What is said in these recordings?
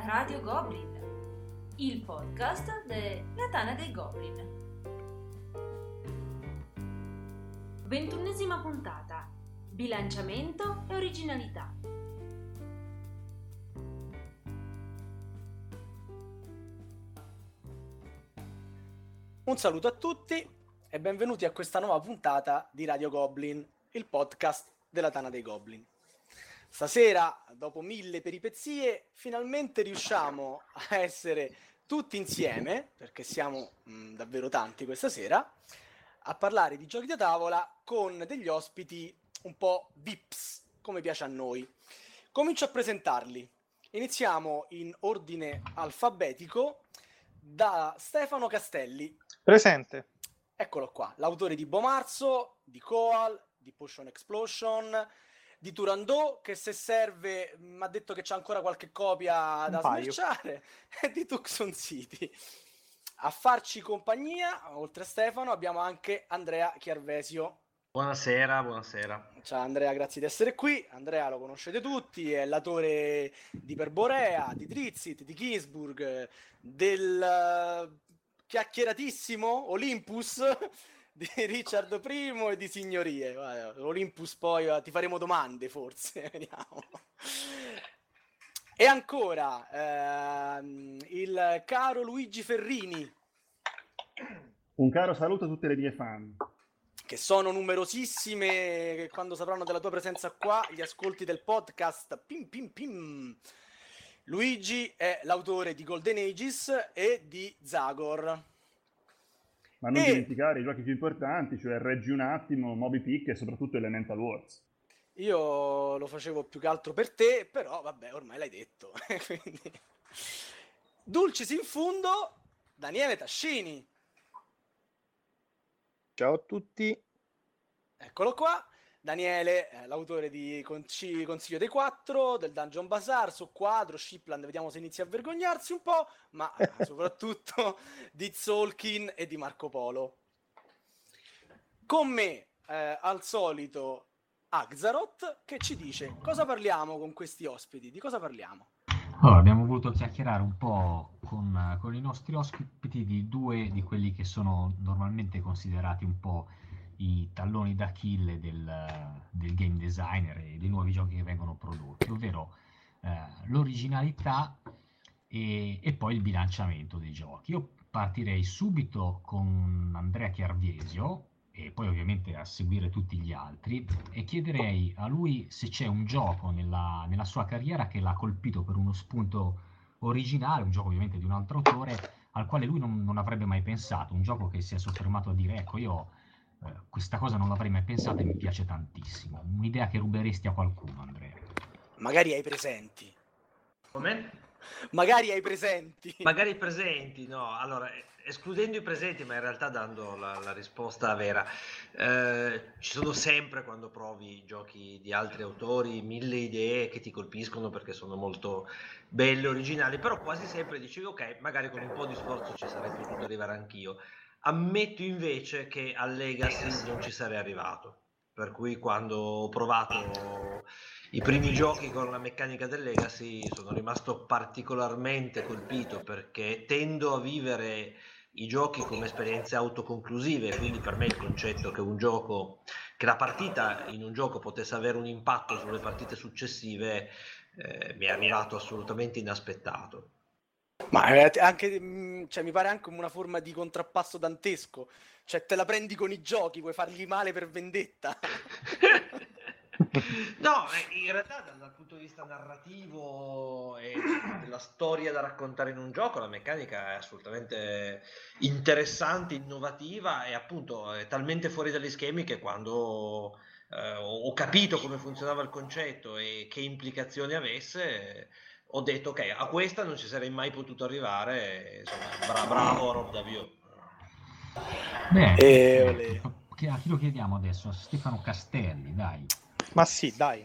Radio Goblin, il podcast della Tana dei Goblin. 21esima puntata. Bilanciamento e originalità. Un saluto a tutti e benvenuti a questa nuova puntata di Radio Goblin, il podcast della Tana dei Goblin. Stasera, dopo 1000 peripezie, finalmente riusciamo a essere tutti insieme, perché siamo davvero tanti questa sera, a parlare di giochi da tavola con degli ospiti un po' VIPs, come piace a noi. Comincio a presentarli. Iniziamo in ordine alfabetico da Stefano Castelli. Presente. Eccolo qua, l'autore di Bomarzo, di Koal, di Potion Explosion, di Turandot, che se serve mi ha detto che c'è ancora qualche copia da smerciare, e di Tucson City. A farci compagnia, oltre a Stefano, abbiamo anche Andrea Chiarvesio. Buonasera. Ciao Andrea, grazie di essere qui. Andrea lo conoscete tutti, è l'autore di Perborea, di Drizzt, di Ginsburg, del chiacchieratissimo Olympus di Richard I e di Signorie. Olympus poi ti faremo domande forse, vediamo. E ancora il caro Luigi Ferrini. Un caro saluto a tutte le mie fan, che sono numerosissime, che quando sapranno della tua presenza qua, gli ascolti del podcast, pim pim pim. Luigi è l'autore di Golden Ages e di Zagor. Ma non dimenticare i giochi più importanti, cioè Reggi un attimo, Moby Dick e soprattutto Elemental Wars. Io lo facevo più che altro per te, però vabbè, ormai l'hai detto. Quindi... Dulcis in fundo, Daniele Tascini. Ciao a tutti. Eccolo qua. Daniele, l'autore di Consiglio dei Quattro, del Dungeon Bazaar, su Quadro, Shipland, vediamo se inizia a vergognarsi un po', ma soprattutto di Tzolk'in e di Marco Polo. Con me, al solito, Axaroth, che ci dice cosa parliamo con questi ospiti, di cosa parliamo? Allora, abbiamo voluto chiacchierare un po' con i nostri ospiti di due di quelli che sono normalmente considerati un po' i talloni d'Achille del game designer e dei nuovi giochi che vengono prodotti, ovvero l'originalità e poi il bilanciamento dei giochi. Io partirei subito con Andrea Chiarvesio e poi ovviamente a seguire tutti gli altri e chiederei a lui se c'è un gioco nella sua carriera che l'ha colpito per uno spunto originale, un gioco ovviamente di un altro autore al quale lui non avrebbe mai pensato, un gioco che si è soffermato a dire ecco io questa cosa non l'avrei mai pensata e mi piace tantissimo. Un'idea che ruberesti a qualcuno, Andrea? Magari ai presenti. Come? Magari ai presenti. Magari presenti, no. Allora, escludendo i presenti, ma in realtà dando la risposta vera. Ci sono sempre, quando provi giochi di altri autori, 1000 idee che ti colpiscono perché sono molto belle, originali, però quasi sempre dici ok, magari con un po' di sforzo ci sarei potuto arrivare anch'io. Ammetto invece che al Legacy non ci sarei arrivato, per cui quando ho provato i primi giochi con la meccanica del Legacy sono rimasto particolarmente colpito, perché tendo a vivere i giochi come esperienze autoconclusive, quindi per me il concetto che la partita in un gioco potesse avere un impatto sulle partite successive mi è arrivato assolutamente inaspettato. Ma anche, cioè, mi pare anche una forma di contrappasso dantesco, cioè te la prendi con i giochi, puoi fargli male per vendetta. No, in realtà dal punto di vista narrativo e della storia da raccontare in un gioco, la meccanica è assolutamente interessante, innovativa e appunto è talmente fuori dagli schemi che quando ho capito come funzionava il concetto e che implicazioni avesse, ho detto ok, a questa non ci sarei mai potuto arrivare, insomma, bravo Rob Davio. Bene, a chi lo chiediamo adesso? A Stefano Castelli, dai. Ma sì, dai.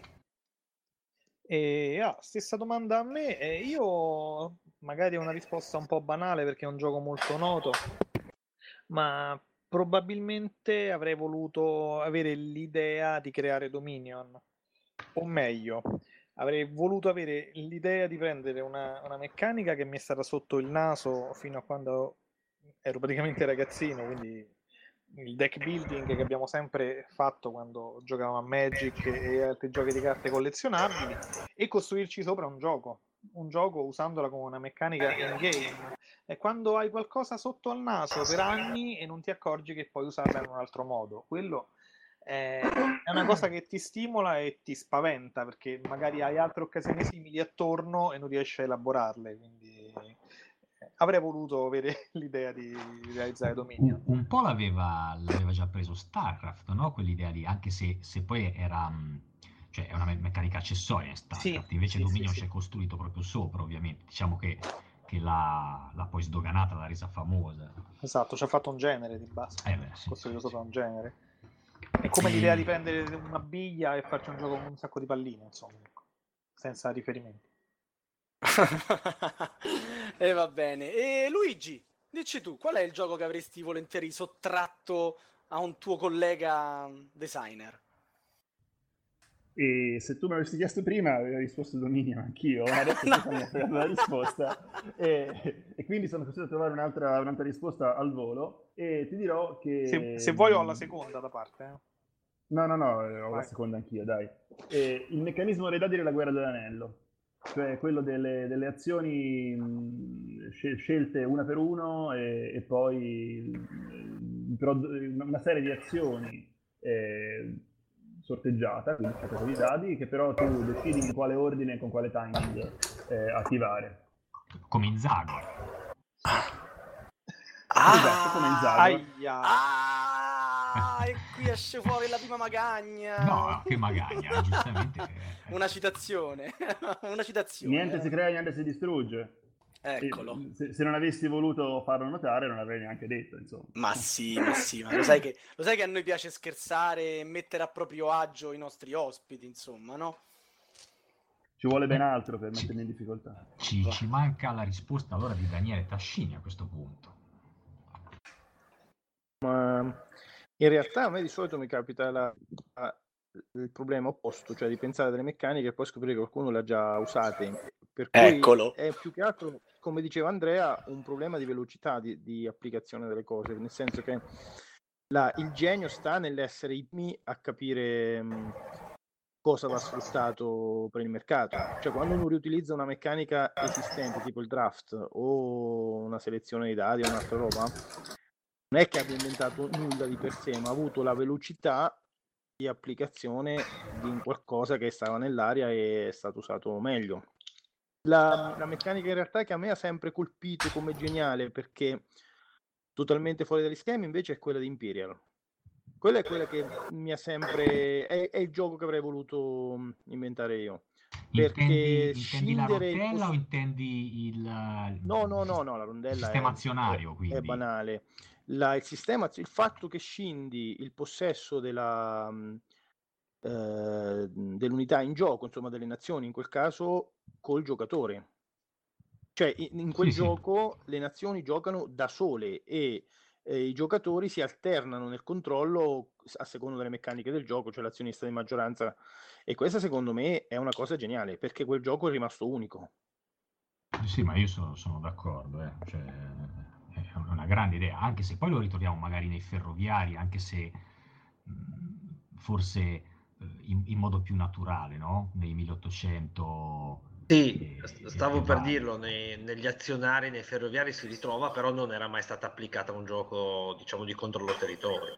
Stessa domanda a me. Io magari ho una risposta un po' banale perché è un gioco molto noto, ma probabilmente avrei voluto avere l'idea di creare Dominion. O meglio, avrei voluto avere l'idea di prendere una meccanica che mi è stata sotto il naso fino a quando ero praticamente ragazzino, quindi il deck building che abbiamo sempre fatto quando giocavamo a Magic e altri giochi di carte collezionabili, e costruirci sopra un gioco usandola come una meccanica in game. E quando hai qualcosa sotto al naso per anni e non ti accorgi che puoi usarla in un altro modo, quello è una cosa che ti stimola e ti spaventa, perché magari hai altre occasioni simili attorno e non riesci a elaborarle, quindi avrei voluto avere l'idea di realizzare Dominion. Un po' l'aveva già preso StarCraft, no? Quell'idea lì, anche se poi era... cioè è una meccanica accessoria in StarCraft, Sì, invece sì, Dominion sì, c'è sì. costruito proprio sopra, ovviamente. Diciamo che l'ha poi sdoganata, l'ha resa famosa. Esatto, ci ha fatto un genere di base, Sì, costruito sì. sopra un genere. È come l'idea di prendere una biglia e farci un gioco con un sacco di palline, insomma, ecco, senza riferimenti. E va bene. E Luigi, dici tu, qual è il gioco che avresti volentieri sottratto a un tuo collega designer? E se tu mi avessi chiesto prima, avrei risposto Dominion anch'io, ma adesso Stefano mi ha fregato la risposta e quindi sono costretto a trovare un'altra risposta al volo e ti dirò che... Se vuoi ho la seconda da parte. No, ho la Vai. seconda anch'io, dai. Il meccanismo dei dadi della guerra dell'anello, cioè quello delle azioni scelte una per uno e poi una serie di azioni sorteggiata, quindi fatta con i dadi, che però tu decidi in quale ordine e con quale timing attivare. Come in Zago. Esatto, come in Zago. E qui esce fuori la prima magagna. No, che magagna, giustamente. Una citazione. Una citazione. Niente si crea, niente si distrugge. Eccolo. Se non avessi voluto farlo notare non avrei neanche detto, insomma. Ma sì, ma lo sai che a noi piace scherzare e mettere a proprio agio i nostri ospiti, insomma, no? Ci vuole ben altro per mettermi in difficoltà. Ci manca la risposta allora di Daniele Tascini a questo punto. Ma in realtà a me di solito mi capita il problema opposto, cioè di pensare delle meccaniche e poi scoprire che qualcuno le ha già usate. Per cui Eccolo. è più che altro, come diceva Andrea, un problema di velocità di applicazione delle cose, nel senso che il genio sta nell'essere i primi a capire cosa va sfruttato per il mercato. Cioè quando uno riutilizza una meccanica esistente tipo il draft o una selezione di dadi o un'altra roba, non è che abbia inventato nulla di per sé, ma ha avuto la velocità di applicazione di qualcosa che stava nell'aria e è stato usato meglio. La meccanica in realtà che a me ha sempre colpito come geniale, perché totalmente fuori dagli schemi, invece è quella di Imperial. Quella è quella che mi ha sempre... è il gioco che avrei voluto inventare io. Perché intendi la rondella o intendi il No, la rondella sistema azionario, quindi. È banale. Il sistema, il fatto che scindi il possesso dell'unità in gioco, insomma delle nazioni in quel caso, col giocatore. Cioè in quel gioco le nazioni giocano da sole e i giocatori si alternano nel controllo a seconda delle meccaniche del gioco, cioè l'azionista di maggioranza, e questa secondo me è una cosa geniale perché quel gioco è rimasto unico. Sì, ma io sono d'accordo, cioè, è una grande idea, anche se poi lo ritroviamo magari nei ferroviari, anche se forse in modo più naturale, no? Nei 1800. Sì, stavo per dirlo, negli azionari, nei ferroviari si ritrova, però non era mai stata applicata a un gioco, diciamo, di controllo territorio.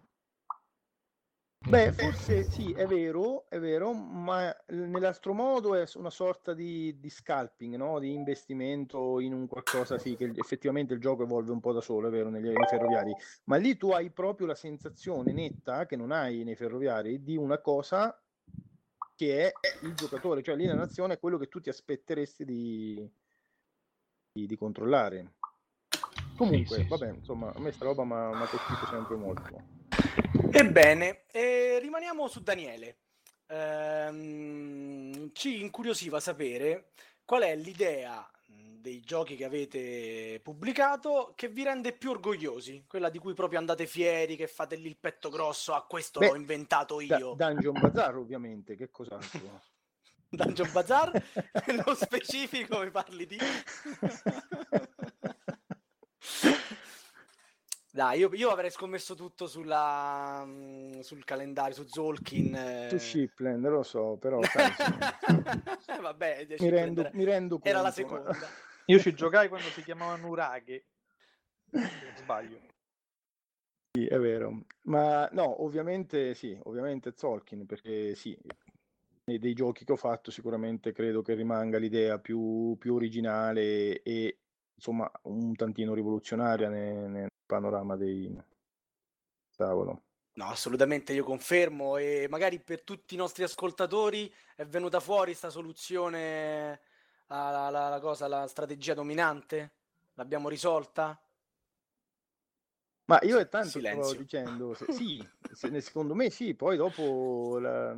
Beh, forse sì, è vero, ma nell'altro modo è una sorta di scalping, no? Di investimento in un qualcosa, sì, che effettivamente il gioco evolve un po' da solo, è vero, nei ferroviari, ma lì tu hai proprio la sensazione netta, che non hai nei ferroviari, di una cosa che è il giocatore, cioè lì la nazione è quello che tu ti aspetteresti di controllare. Comunque, sì, vabbè, insomma, a me sta roba mi ha colpito sempre molto. Ebbene, rimaniamo su Daniele. Ci incuriosiva sapere qual è l'idea dei giochi che avete pubblicato che vi rende più orgogliosi, quella di cui proprio andate fieri, che fate lì il petto grosso, questo l'ho inventato io. Dungeon Bazaar, ovviamente, che cos'altro? Dungeon Bazaar, nello specifico mi parli di... Dai, io avrei scommesso tutto sul calendario, su Zolkin. Su Shipland, lo so, però sai, vabbè, mi rendo conto. Era la seconda. Io ci giocai quando si chiamava Nuraghe. Non sbaglio. Sì, è vero. Ma no, ovviamente Zolkin, perché sì, dei giochi che ho fatto sicuramente credo che rimanga l'idea più originale e insomma un tantino rivoluzionaria nel panorama dei tavolo. No, assolutamente io confermo, e magari per tutti i nostri ascoltatori è venuta fuori sta soluzione la strategia dominante? L'abbiamo risolta? Ma io è tanto Silenzio. stavo dicendo, sì, secondo me sì, poi dopo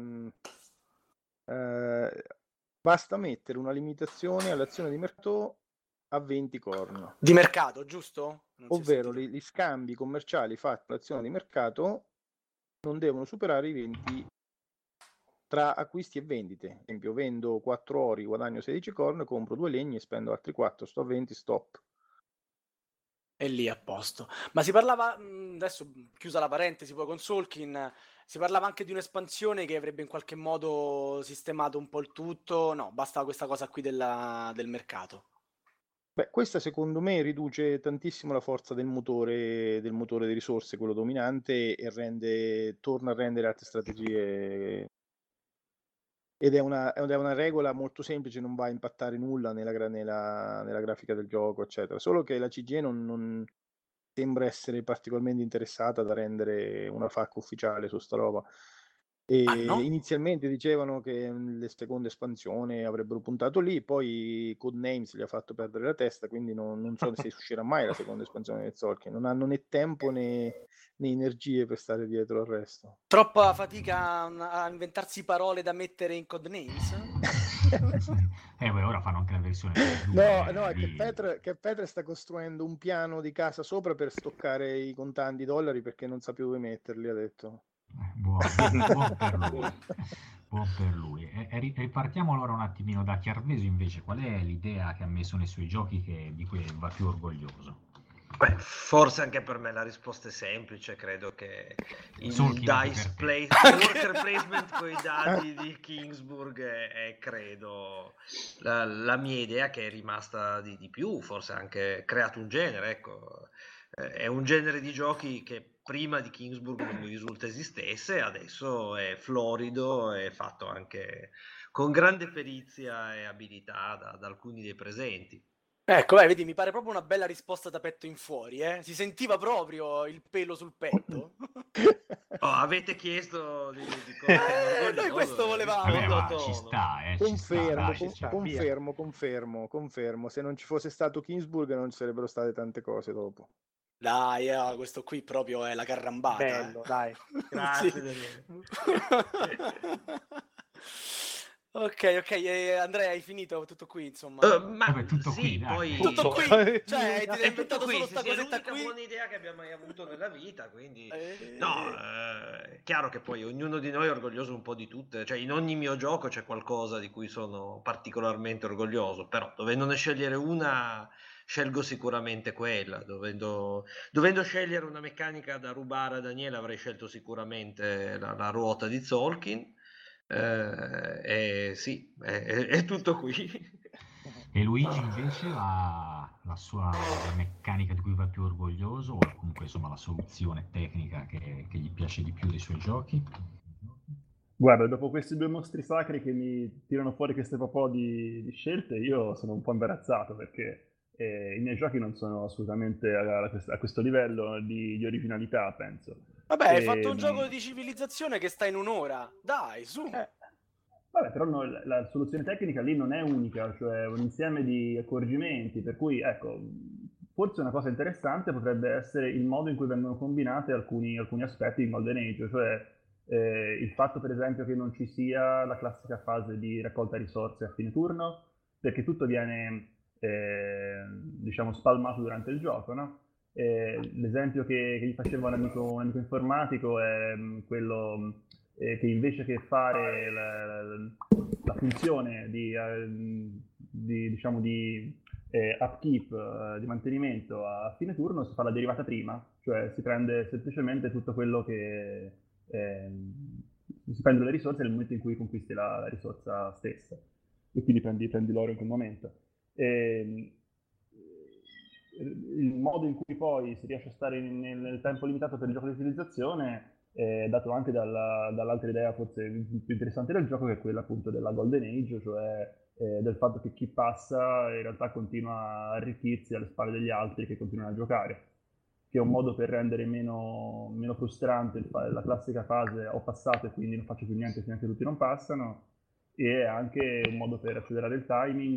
basta mettere una limitazione all'azione di mercato a 20 corna. Di mercato, giusto? Ovvero gli scambi commerciali fatti all'azione di mercato non devono superare i 20 tra acquisti e vendite. Ad esempio, vendo 4 ori, guadagno 16 corna, compro 2 legni e spendo altri 4, sto a 20, stop. E lì a posto. Ma si parlava, adesso chiusa la parentesi poi con Solkin, si parlava anche di un'espansione che avrebbe in qualche modo sistemato un po' il tutto. No, basta questa cosa qui del mercato. Beh, questa secondo me riduce tantissimo la forza del motore di risorse, quello dominante, e torna a rendere altre strategie. Ed è una regola molto semplice, non va a impattare nulla nella grafica del gioco, eccetera. Solo che la CGE non sembra essere particolarmente interessata da rendere una FAQ ufficiale su sta roba. E no? Inizialmente dicevano che le seconde espansioni avrebbero puntato lì, poi Codenames gli ha fatto perdere la testa, quindi non so se uscirà mai la seconda espansione del Zolkin. Non hanno né tempo né energie per stare dietro al resto. Troppa fatica a inventarsi parole da mettere in Codenames? Ora fanno anche la versione No, è che Petre sta costruendo un piano di casa sopra per stoccare i contanti, i dollari, perché non sa più dove metterli, ha detto. Buon per lui. Buon per lui. Ripartiamo allora un attimino da Chiarvesio invece. Qual è l'idea che ha messo nei suoi giochi di cui va più orgoglioso? Beh, forse anche per me la risposta è semplice, credo che il worker placement con i dadi di Kingsburg è credo la mia idea, che è rimasta di più, forse ha anche creato un genere, ecco. È un genere di giochi che prima di Kingsburg non mi risulta esistesse, adesso è florido e fatto anche con grande perizia e abilità da alcuni dei presenti. Ecco, vedi, mi pare proprio una bella risposta da petto in fuori, eh? Si sentiva proprio il pelo sul petto. Avete chiesto di cose noi questo volevamo. Ci sta, Confermo. Se non ci fosse stato Kingsburg non ci sarebbero state tante cose dopo. Dai, questo qui proprio è la carrambata. Bello, dai. Grazie. Ok, Andrea, hai finito tutto qui, insomma. Tutto sì, qui, poi tutto qui, cioè ti hai inventato solo sta cosetta qui. È l'unica buona idea che abbiamo mai avuto nella vita, quindi chiaro che poi ognuno di noi è orgoglioso un po' di tutte, cioè in ogni mio gioco c'è qualcosa di cui sono particolarmente orgoglioso, però dovendone scegliere una scelgo sicuramente quella. Dovendo scegliere una meccanica da rubare a Daniele, avrei scelto sicuramente la ruota di Zolkin. Sì, è tutto qui. E Luigi invece la meccanica di cui va più orgoglioso, o comunque insomma la soluzione tecnica che gli piace di più dei suoi giochi? Guarda, dopo questi due mostri sacri che mi tirano fuori queste po' di scelte, io sono un po' imbarazzato, perché i miei giochi non sono assolutamente a questo livello di originalità, penso. Vabbè, hai fatto un gioco di civilizzazione che sta in un'ora. Dai, su. Vabbè, però la soluzione tecnica lì non è unica, cioè un insieme di accorgimenti, per cui, ecco, forse una cosa interessante potrebbe essere il modo in cui vengono combinate alcuni aspetti di Golden Age, cioè il fatto per esempio che non ci sia la classica fase di raccolta risorse a fine turno, perché tutto viene diciamo spalmato durante il gioco, no? L'esempio che gli facevo un amico informatico è quello che invece che fare la funzione di upkeep, di mantenimento a fine turno, si fa la derivata prima, cioè si prende semplicemente tutto quello che si prendono le risorse nel momento in cui conquisti la risorsa stessa, e quindi prendi l'oro in quel momento. Il modo in cui poi si riesce a stare nel tempo limitato per il gioco di utilizzazione è dato anche dall'altra idea forse più interessante del gioco, che è quella appunto della Golden Age, cioè del fatto che chi passa in realtà continua a arricchirsi alle spalle degli altri che continuano a giocare, che è un modo per rendere meno frustrante la classica fase ho passato e quindi non faccio più niente fino a che tutti non passano, e è anche un modo per accelerare il timing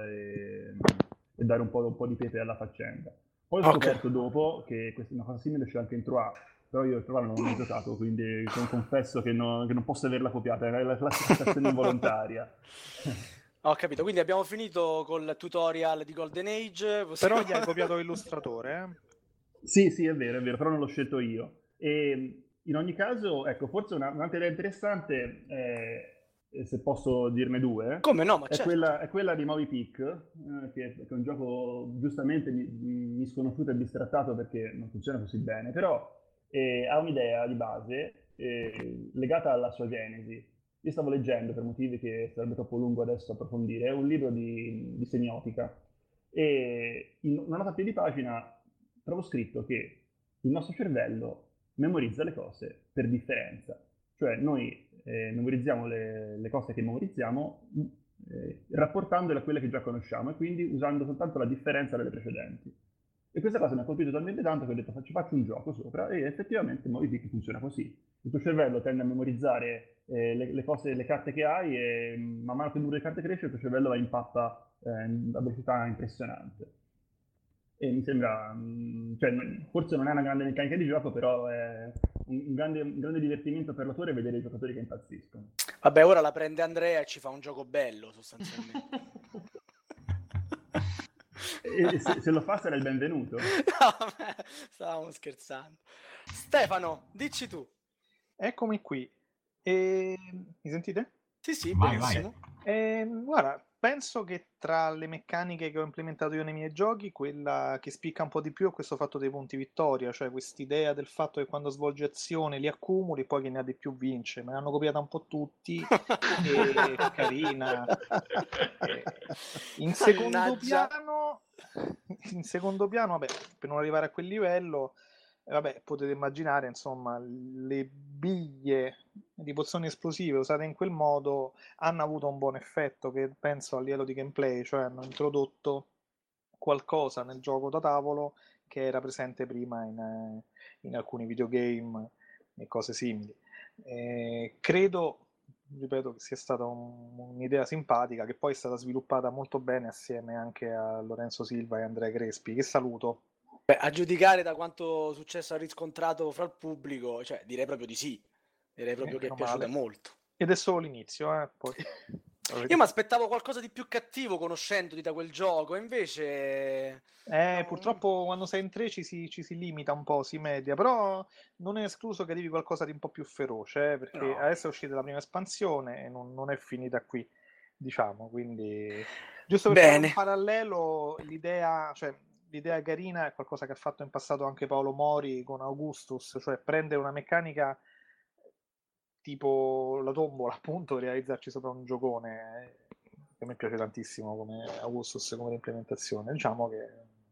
e dare un po' di pepe alla faccenda. Poi ho scoperto dopo che una cosa simile c'è anche in Troyes, però io il Troyes non l'ho mai giocato, quindi confesso che non posso averla copiata, è la classificazione involontaria. Ho capito, quindi abbiamo finito col tutorial di Golden Age. Però gli hai copiato l'illustratore, Sì, è vero, però non l'ho scelto io. E in ogni caso, ecco, forse un'altra idea interessante, se posso dirne due, come no, ma certo. È quella di Moby Peak, che è un gioco giustamente misconosciuto e bistrattato perché non funziona così bene, però ha un'idea di base legata alla sua genesi. Io stavo leggendo, per motivi che sarebbe troppo lungo adesso approfondire, un libro di semiotica, e in una nota a piedi pagina trovo scritto che il nostro cervello memorizza le cose per differenza, cioè noi memorizziamo le cose che memorizziamo rapportandole a quelle che già conosciamo e quindi usando soltanto la differenza delle precedenti. E questa cosa mi ha colpito talmente tanto che ho detto faccio un gioco sopra, e effettivamente Moby Dick funziona così. Il tuo cervello tende a memorizzare le cose, le carte che hai, e man mano che il numero di carte cresce il tuo cervello va in pappa a velocità impressionante. E mi sembra, cioè, forse non è una grande meccanica di gioco, però è un grande divertimento per l'autore vedere i giocatori che impazziscono. Vabbè, ora la prende Andrea e ci fa un gioco bello, sostanzialmente. E se lo fa sarà il benvenuto. No, stavamo scherzando. Stefano, dici tu. Eccomi qui. Mi sentite? Sì, vai, benissimo. Guarda, penso che tra le meccaniche che ho implementato io nei miei giochi, quella che spicca un po' di più è questo fatto dei punti vittoria, cioè quest'idea del fatto che quando svolgi azione li accumuli, poi chi ne ha di più vince. Me l'hanno copiata un po' tutti, e carina. In secondo piano, vabbè, per non arrivare a quel livello, vabbè, potete immaginare, insomma, le biglie di pozioni esplosive usate in quel modo hanno avuto un buon effetto, che penso a livello di gameplay, cioè hanno introdotto qualcosa nel gioco da tavolo che era presente prima in alcuni videogame e cose simili. Credo, ripeto, che sia stata un'idea simpatica, che poi è stata sviluppata molto bene assieme anche a Lorenzo Silva e Andrea Crespi, che saluto. Beh, a giudicare da quanto successo ha riscontrato fra il pubblico, cioè direi proprio di sì. Direi proprio che è piaciuta molto. Ed è solo l'inizio, poi. Io mi aspettavo qualcosa di più cattivo conoscendoti da quel gioco, invece... Purtroppo quando sei in 3 ci si limita un po', si media, però non è escluso che arrivi qualcosa di un po' più feroce, perché adesso è uscita la prima espansione e non è finita qui, diciamo, quindi... Giusto per fare un parallelo, l'idea carina è qualcosa che ha fatto in passato anche Paolo Mori con Augustus, cioè prendere una meccanica tipo la tombola, appunto, realizzarci sopra un giocone, che a me piace tantissimo come Augustus, come implementazione. Diciamo che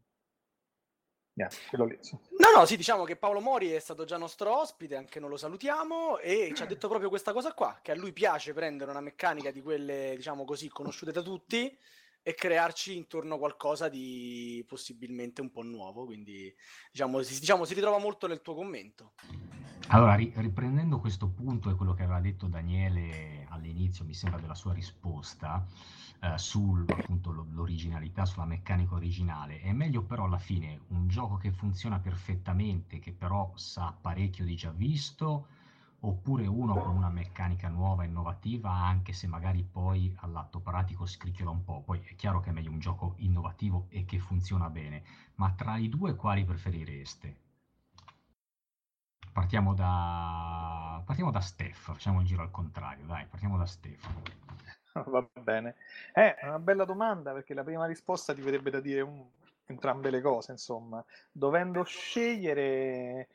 quello lì. No, sì, diciamo che Paolo Mori è stato già nostro ospite, anche noi lo salutiamo, e ci ha detto proprio questa cosa qua, che a lui piace prendere una meccanica di quelle, diciamo così, conosciute da tutti e crearci intorno qualcosa di possibilmente un po' nuovo, quindi si ritrova molto nel tuo commento. Allora, riprendendo questo punto e quello che aveva detto Daniele all'inizio, mi sembra, della sua risposta, l'originalità, sulla meccanica originale, è meglio però alla fine un gioco che funziona perfettamente, che però sa parecchio di già visto, oppure uno con una meccanica nuova, innovativa, anche se magari poi all'atto pratico scricchiola un po'. Poi è chiaro che è meglio un gioco innovativo e che funziona bene, ma tra i due quali preferireste? Partiamo da partiamo da Steph, facciamo il giro al contrario, dai, partiamo da Steph. Va bene. È una bella domanda, perché la prima risposta ti verrebbe da dire entrambe le cose, insomma. Dovendo scegliere,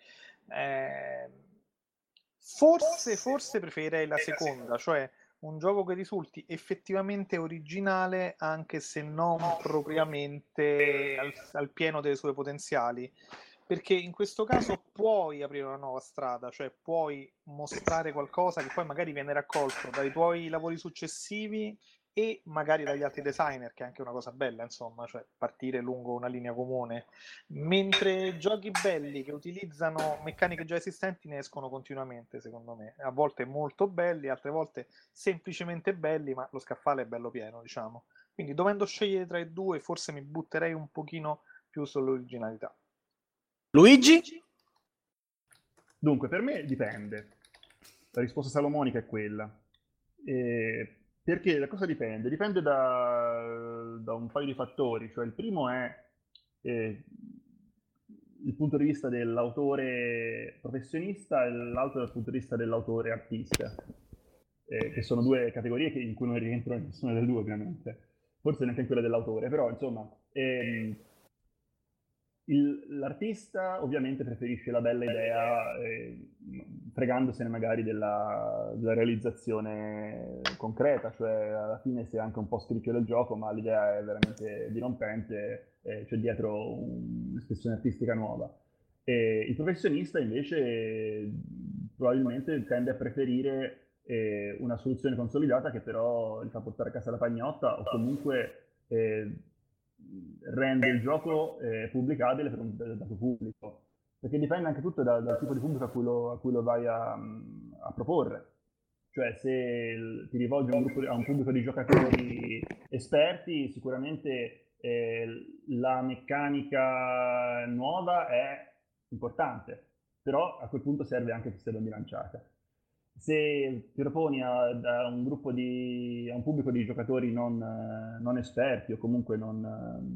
forse preferirei la seconda, cioè un gioco che risulti effettivamente originale, anche se non propriamente al pieno delle sue potenziali. Perché in questo caso puoi aprire una nuova strada, cioè puoi mostrare qualcosa che poi magari viene raccolto dai tuoi lavori successivi e magari dagli altri designer, che è anche una cosa bella, insomma, cioè partire lungo una linea comune. Mentre giochi belli che utilizzano meccaniche già esistenti ne escono continuamente, secondo me. A volte molto belli, altre volte semplicemente belli, ma lo scaffale è bello pieno, diciamo. Quindi dovendo scegliere tra i due, forse mi butterei un pochino più sull'originalità. Luigi? Dunque, per me dipende. La risposta salomonica è quella. Perché la cosa dipende? Dipende da un paio di fattori. Cioè, il primo è il punto di vista dell'autore professionista e l'altro dal punto di vista dell'autore artista, che sono due categorie in cui non rientro in nessuna delle due, ovviamente. Forse neanche in quella dell'autore, però insomma... L'artista ovviamente preferisce la bella idea, fregandosene magari della realizzazione concreta, cioè alla fine si è anche un po' scricchio del gioco, ma l'idea è veramente dirompente, c'è dietro un'espressione artistica nuova. E il professionista invece probabilmente tende a preferire una soluzione consolidata che però gli fa portare a casa la pagnotta, o comunque rende il gioco pubblicabile per un dato pubblico, perché dipende anche tutto dal tipo di pubblico a cui lo vai a proporre. Cioè, se ti rivolgi a un pubblico di giocatori esperti, sicuramente la meccanica nuova è importante, però a quel punto serve anche che sia ben bilanciata. Se ti proponi a un pubblico di giocatori non esperti o comunque non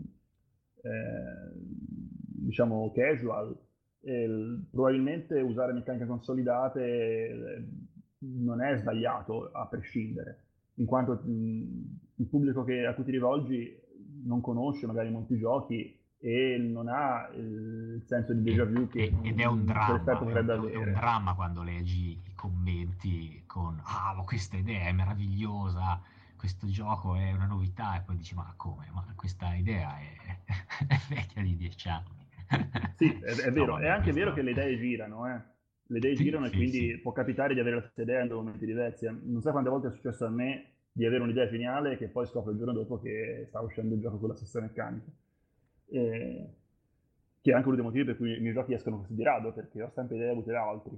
diciamo casual, probabilmente usare meccaniche consolidate non è sbagliato a prescindere, in quanto il pubblico a cui ti rivolgi non conosce magari molti giochi e non ha il senso di déjà vu che ed è un dramma, potrebbe avere. È un dramma quando leggi i commenti con ma questa idea è meravigliosa, questo gioco è una novità, e poi dici ma come? Ma questa idea è vecchia di 10 anni. Sì, è vero, No, è anche vero che le idee girano, Le idee girano e quindi sì. può capitare di avere la stessa idea in due momenti diversi. Non so quante volte è successo a me di avere un'idea geniale che poi scopro il giorno dopo che stava uscendo il gioco con la stessa meccanica. Che è anche uno dei motivi per cui i miei giochi escono così di rado, perché ho sempre idee avute da altri.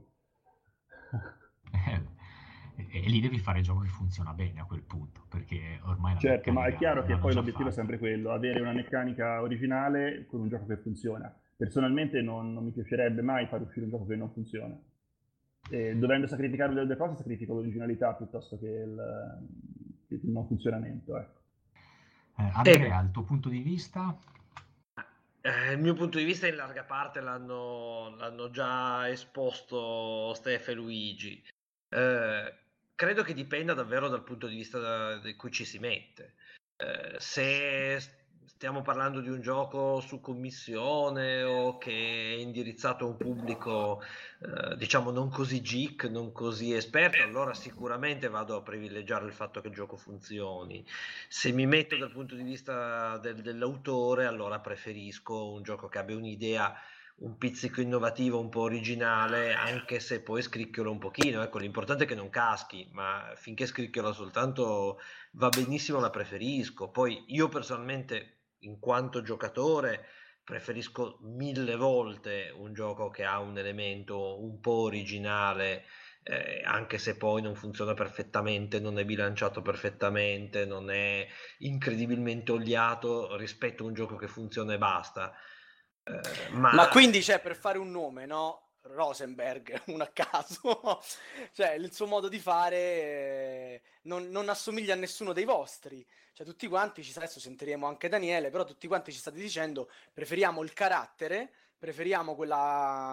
E lì devi fare il gioco che funziona bene a quel punto, perché ormai la Certo, ma è meccanica chiaro che l'hanno poi già l'obiettivo è fatta. sempre quello, avere una meccanica originale con un gioco che funziona. Personalmente non mi piacerebbe mai far uscire un gioco che non funziona. Dovendo sacrificare delle cose, sacrifico l'originalità piuttosto che il non funzionamento. Ecco. Andrea, il tuo punto di vista? Il mio punto di vista in larga parte l'hanno già esposto Steph e Luigi. Credo che dipenda davvero dal punto di vista di cui ci si mette. Se stiamo parlando di un gioco su commissione o che è indirizzato a un pubblico diciamo non così geek, non così esperto, allora sicuramente vado a privilegiare il fatto che il gioco funzioni. Se mi metto dal punto di vista dell'autore, allora preferisco un gioco che abbia un'idea un pizzico innovativo, un po' originale, anche se poi scricchiola un pochino. Ecco, l'importante è che non caschi, ma finché scricchiola soltanto va benissimo, la preferisco. Poi io personalmente, in quanto giocatore, preferisco 1000 volte un gioco che ha un elemento un po' originale, anche se poi non funziona perfettamente, non è bilanciato perfettamente, non è incredibilmente oliato rispetto a un gioco che funziona e basta. Ma quindi c'è, per fare un nome, no? Rosenberg, un a caso, cioè il suo modo di fare non assomiglia a nessuno dei vostri, cioè tutti quanti adesso sentiremo anche Daniele, però tutti quanti ci state dicendo preferiamo il carattere, preferiamo quella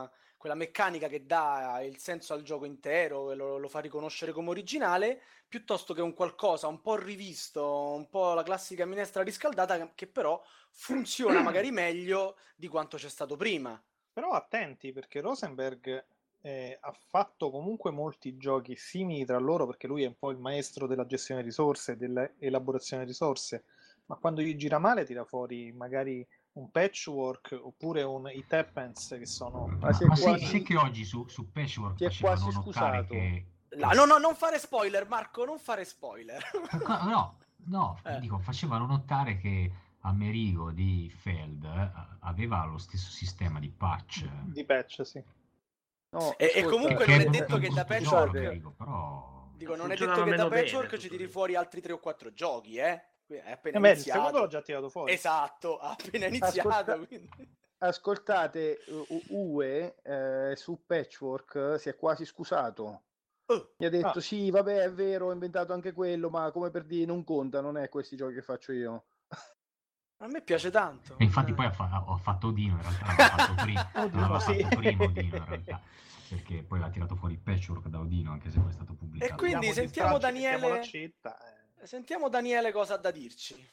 quella meccanica che dà il senso al gioco intero e lo fa riconoscere come originale, piuttosto che un qualcosa un po' rivisto, un po' la classica minestra riscaldata, che però funziona magari meglio di quanto c'è stato prima. Però attenti, perché Rosenberg ha fatto comunque molti giochi simili tra loro, perché lui è un po' il maestro della gestione risorse, dell'elaborazione risorse, ma quando gli gira male tira fuori magari un Patchwork oppure un It Happens, che sono... Ma si è Ma sai quasi, che oggi su Patchwork si è facevano quasi notare scusato. che... No, non fare spoiler, Marco, non fare spoiler. No, dico, facevano notare che Amerigo di Feld aveva lo stesso sistema di patch. Di patch, sì. No, E ascolta, comunque Che non è è brutto, detto che da brutto gioco, Patchwork... Amerigo, però... Dico, non è Funzionava detto che da meno bene, Patchwork ci tiri tutto fuori altri 3 o 4 giochi, È appena Beh, il secondo l'ho iniziato. già tirato fuori. Esatto, ha appena iniziato. Quindi... ascoltate, Uwe su Patchwork si è quasi scusato. Mi ha detto sì, vabbè, è vero, ho inventato anche quello, ma come per dire non conta, non è questi giochi che faccio io. A me piace tanto. E infatti poi ho fatto Odino, in realtà l'aveva fatto prima, Odino, l'aveva sì. fatto prima Odino in realtà, perché poi l'ha tirato fuori Patchwork da Odino, anche se poi è stato pubblicato. E quindi Vediamo di sentiamo stracci, mettiamo Daniele... l'accetta. Sentiamo Daniele cosa ha da dirci.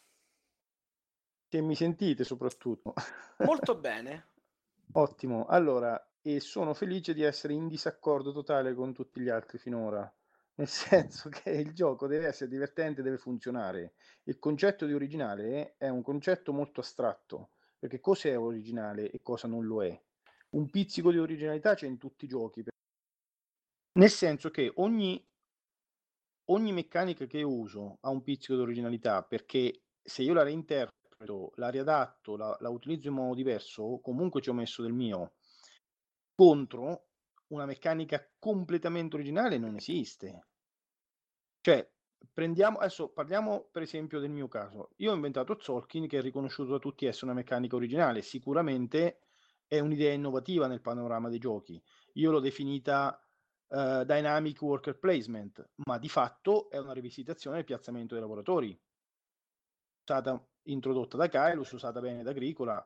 Che mi sentite soprattutto. Molto bene. Ottimo, allora, e sono felice di essere in disaccordo totale con tutti gli altri finora, nel senso che il gioco deve essere divertente, deve funzionare. Il concetto di originale è un concetto molto astratto, perché cosa è originale e cosa non lo è. Un pizzico di originalità c'è in tutti i giochi, nel senso che ogni meccanica che uso ha un pizzico di originalità, perché se io la reinterpreto, la riadatto, la utilizzo in modo diverso, comunque ci ho messo del mio. Contro una meccanica completamente originale non esiste. Cioè, adesso parliamo per esempio del mio caso. Io ho inventato Tzolk'in, che è riconosciuto da tutti essere una meccanica originale. Sicuramente è un'idea innovativa nel panorama dei giochi. Io l'ho definita Dynamic Worker Placement, ma di fatto è una rivisitazione del piazzamento dei lavoratori. Stata introdotta da Kairos, usata bene da Agricola.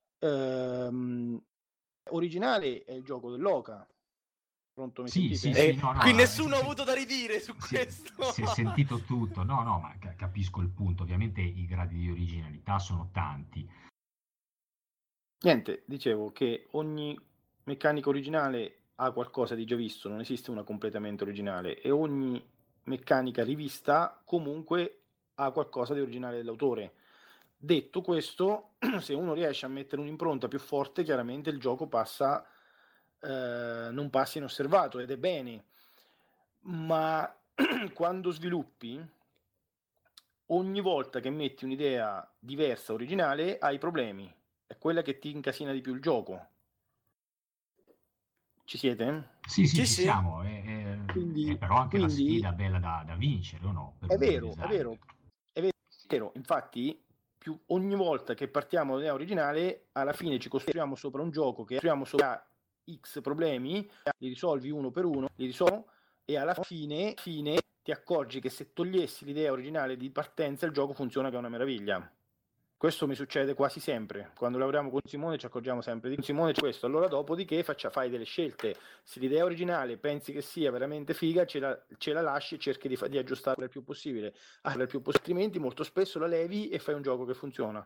Originale è il gioco dell'Oca. Pronto, mi sentite? Sì, no, Qui no, nessuno ha avuto da ridire su questo. Si è sentito tutto, no, ma capisco il punto, ovviamente i gradi di originalità sono tanti. Niente, dicevo che ogni meccanica originale ha qualcosa di già visto, non esiste una completamente originale, e ogni meccanica rivista comunque ha qualcosa di originale dell'autore. Detto questo, se uno riesce a mettere un'impronta più forte, chiaramente il gioco non passa inosservato, ed è bene. Ma quando sviluppi, ogni volta che metti un'idea diversa, originale, hai problemi. È quella che ti incasina di più il gioco. Ci siete? Sì, ci Sì. siamo, Quindi- è però anche la quindi- sfida bella da vincere, o no? Per È un game vero, è designer. vero. Infatti, ogni volta che partiamo dall'idea originale, alla fine ci costruiamo sopra un gioco che costruiamo sopra X problemi, li risolvi uno per uno, li risolvi, e alla fine ti accorgi che se togliessi l'idea originale di partenza, il gioco funziona che è una meraviglia. Questo mi succede quasi sempre. Quando lavoriamo con Simone ci accorgiamo sempre di Simone c'è questo. Allora dopodiché fai delle scelte. Se l'idea originale pensi che sia veramente figa, ce la lasci e cerchi di aggiustarla il più possibile. Altrimenti molto spesso la levi e fai un gioco che funziona.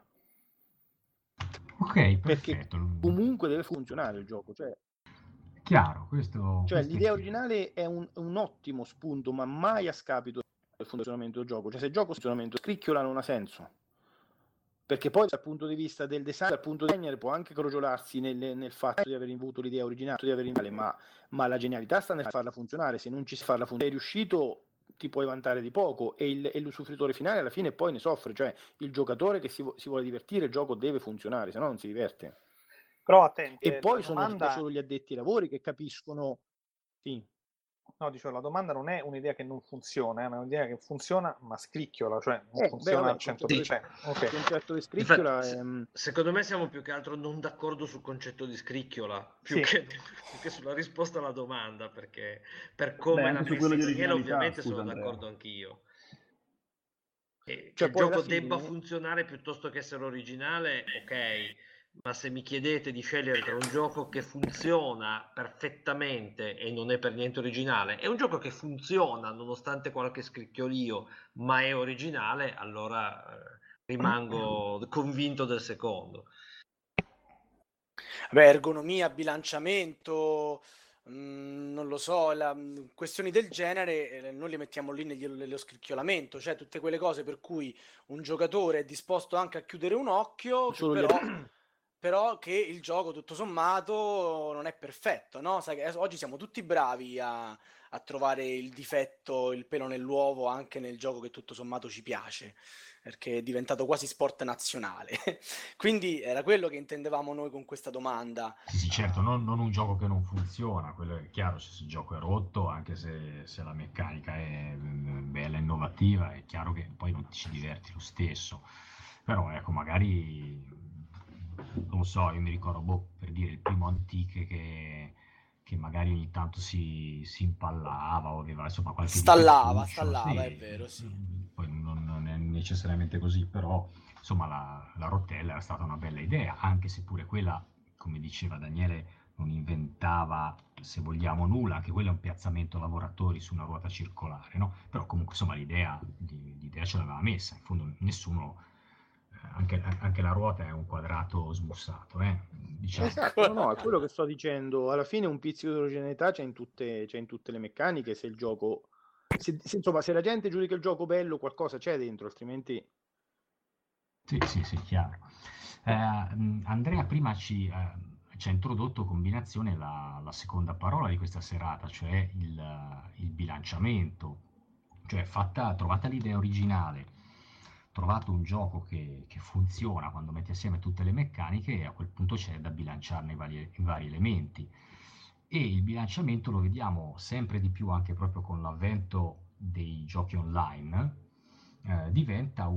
Ok, Perché perfetto. comunque deve funzionare il gioco. Chiaro, questo Cioè è l'idea chiaro. originale è un ottimo spunto, ma mai a scapito del funzionamento del gioco. Cioè se il gioco funzionamento scricchiola non ha senso. Perché poi dal punto di vista del design, dal punto di vista può anche crogiolarsi nel fatto di aver avuto l'idea originale, ma la genialità sta nel farla funzionare. Se non ci si farla funzionare, sei riuscito, ti puoi vantare di poco, e l'usufruitore finale alla fine poi ne soffre. Cioè il giocatore che si vuole divertire, il gioco deve funzionare, se no non si diverte. Però attenti, E poi la domanda... sono solo gli addetti ai lavori che capiscono. Sì. No, dicevo, la domanda non è un'idea che non funziona, è un'idea che funziona ma scricchiola, cioè non funziona al 100%. Il concetto di scricchiola secondo me siamo più che altro non d'accordo sul concetto di scricchiola, più che sulla risposta alla domanda, perché per come la pensa Daniele ovviamente sono d'accordo anch'io. Che il gioco debba funzionare piuttosto che essere originale, ok, ma se mi chiedete di scegliere tra un gioco che funziona perfettamente e non è per niente originale e un gioco che funziona nonostante qualche scricchiolio ma è originale, allora rimango convinto del secondo. Beh, ergonomia, bilanciamento, non lo so, questioni del genere, noi le mettiamo lì nello scricchiolamento, cioè tutte quelle cose per cui un giocatore è disposto anche a chiudere un occhio, che Solo gli però che il gioco tutto sommato non è perfetto, no? Sai che oggi siamo tutti bravi a trovare il difetto, il pelo nell'uovo anche nel gioco che tutto sommato ci piace, perché è diventato quasi sport nazionale. Quindi era quello che intendevamo noi con questa domanda. Sì, certo, non un gioco che non funziona, quello è chiaro, se il gioco è rotto, anche se la meccanica è bella, innovativa, è chiaro che poi non ti ci diverti lo stesso. Però ecco, magari, non so, io mi ricordo, per dire, il primo Antique che magari ogni tanto si impallava o aveva insomma qualche Stallava, difettuccio, è sì, vero, sì. poi non è necessariamente così, però insomma la rotella era stata una bella idea, anche se pure quella, come diceva Daniele, non inventava, se vogliamo, nulla, anche quello è un piazzamento lavoratori su una ruota circolare, no? Però comunque insomma l'idea ce l'aveva messa, in fondo nessuno, anche la ruota è un quadrato smussato, diciamo. Esatto, no, è quello che sto dicendo. Alla fine un pizzico di originalità c'è in tutte le meccaniche. Se il gioco, insomma, se la gente giudica il gioco bello, qualcosa c'è dentro, altrimenti. Sì, chiaro. Andrea prima ci ha introdotto combinazione la seconda parola di questa serata, cioè il bilanciamento. Cioè trovata l'idea originale, trovato un gioco che funziona quando metti assieme tutte le meccaniche e a quel punto c'è da bilanciarne i vari elementi. E il bilanciamento lo vediamo sempre di più anche proprio con l'avvento dei giochi online, diventa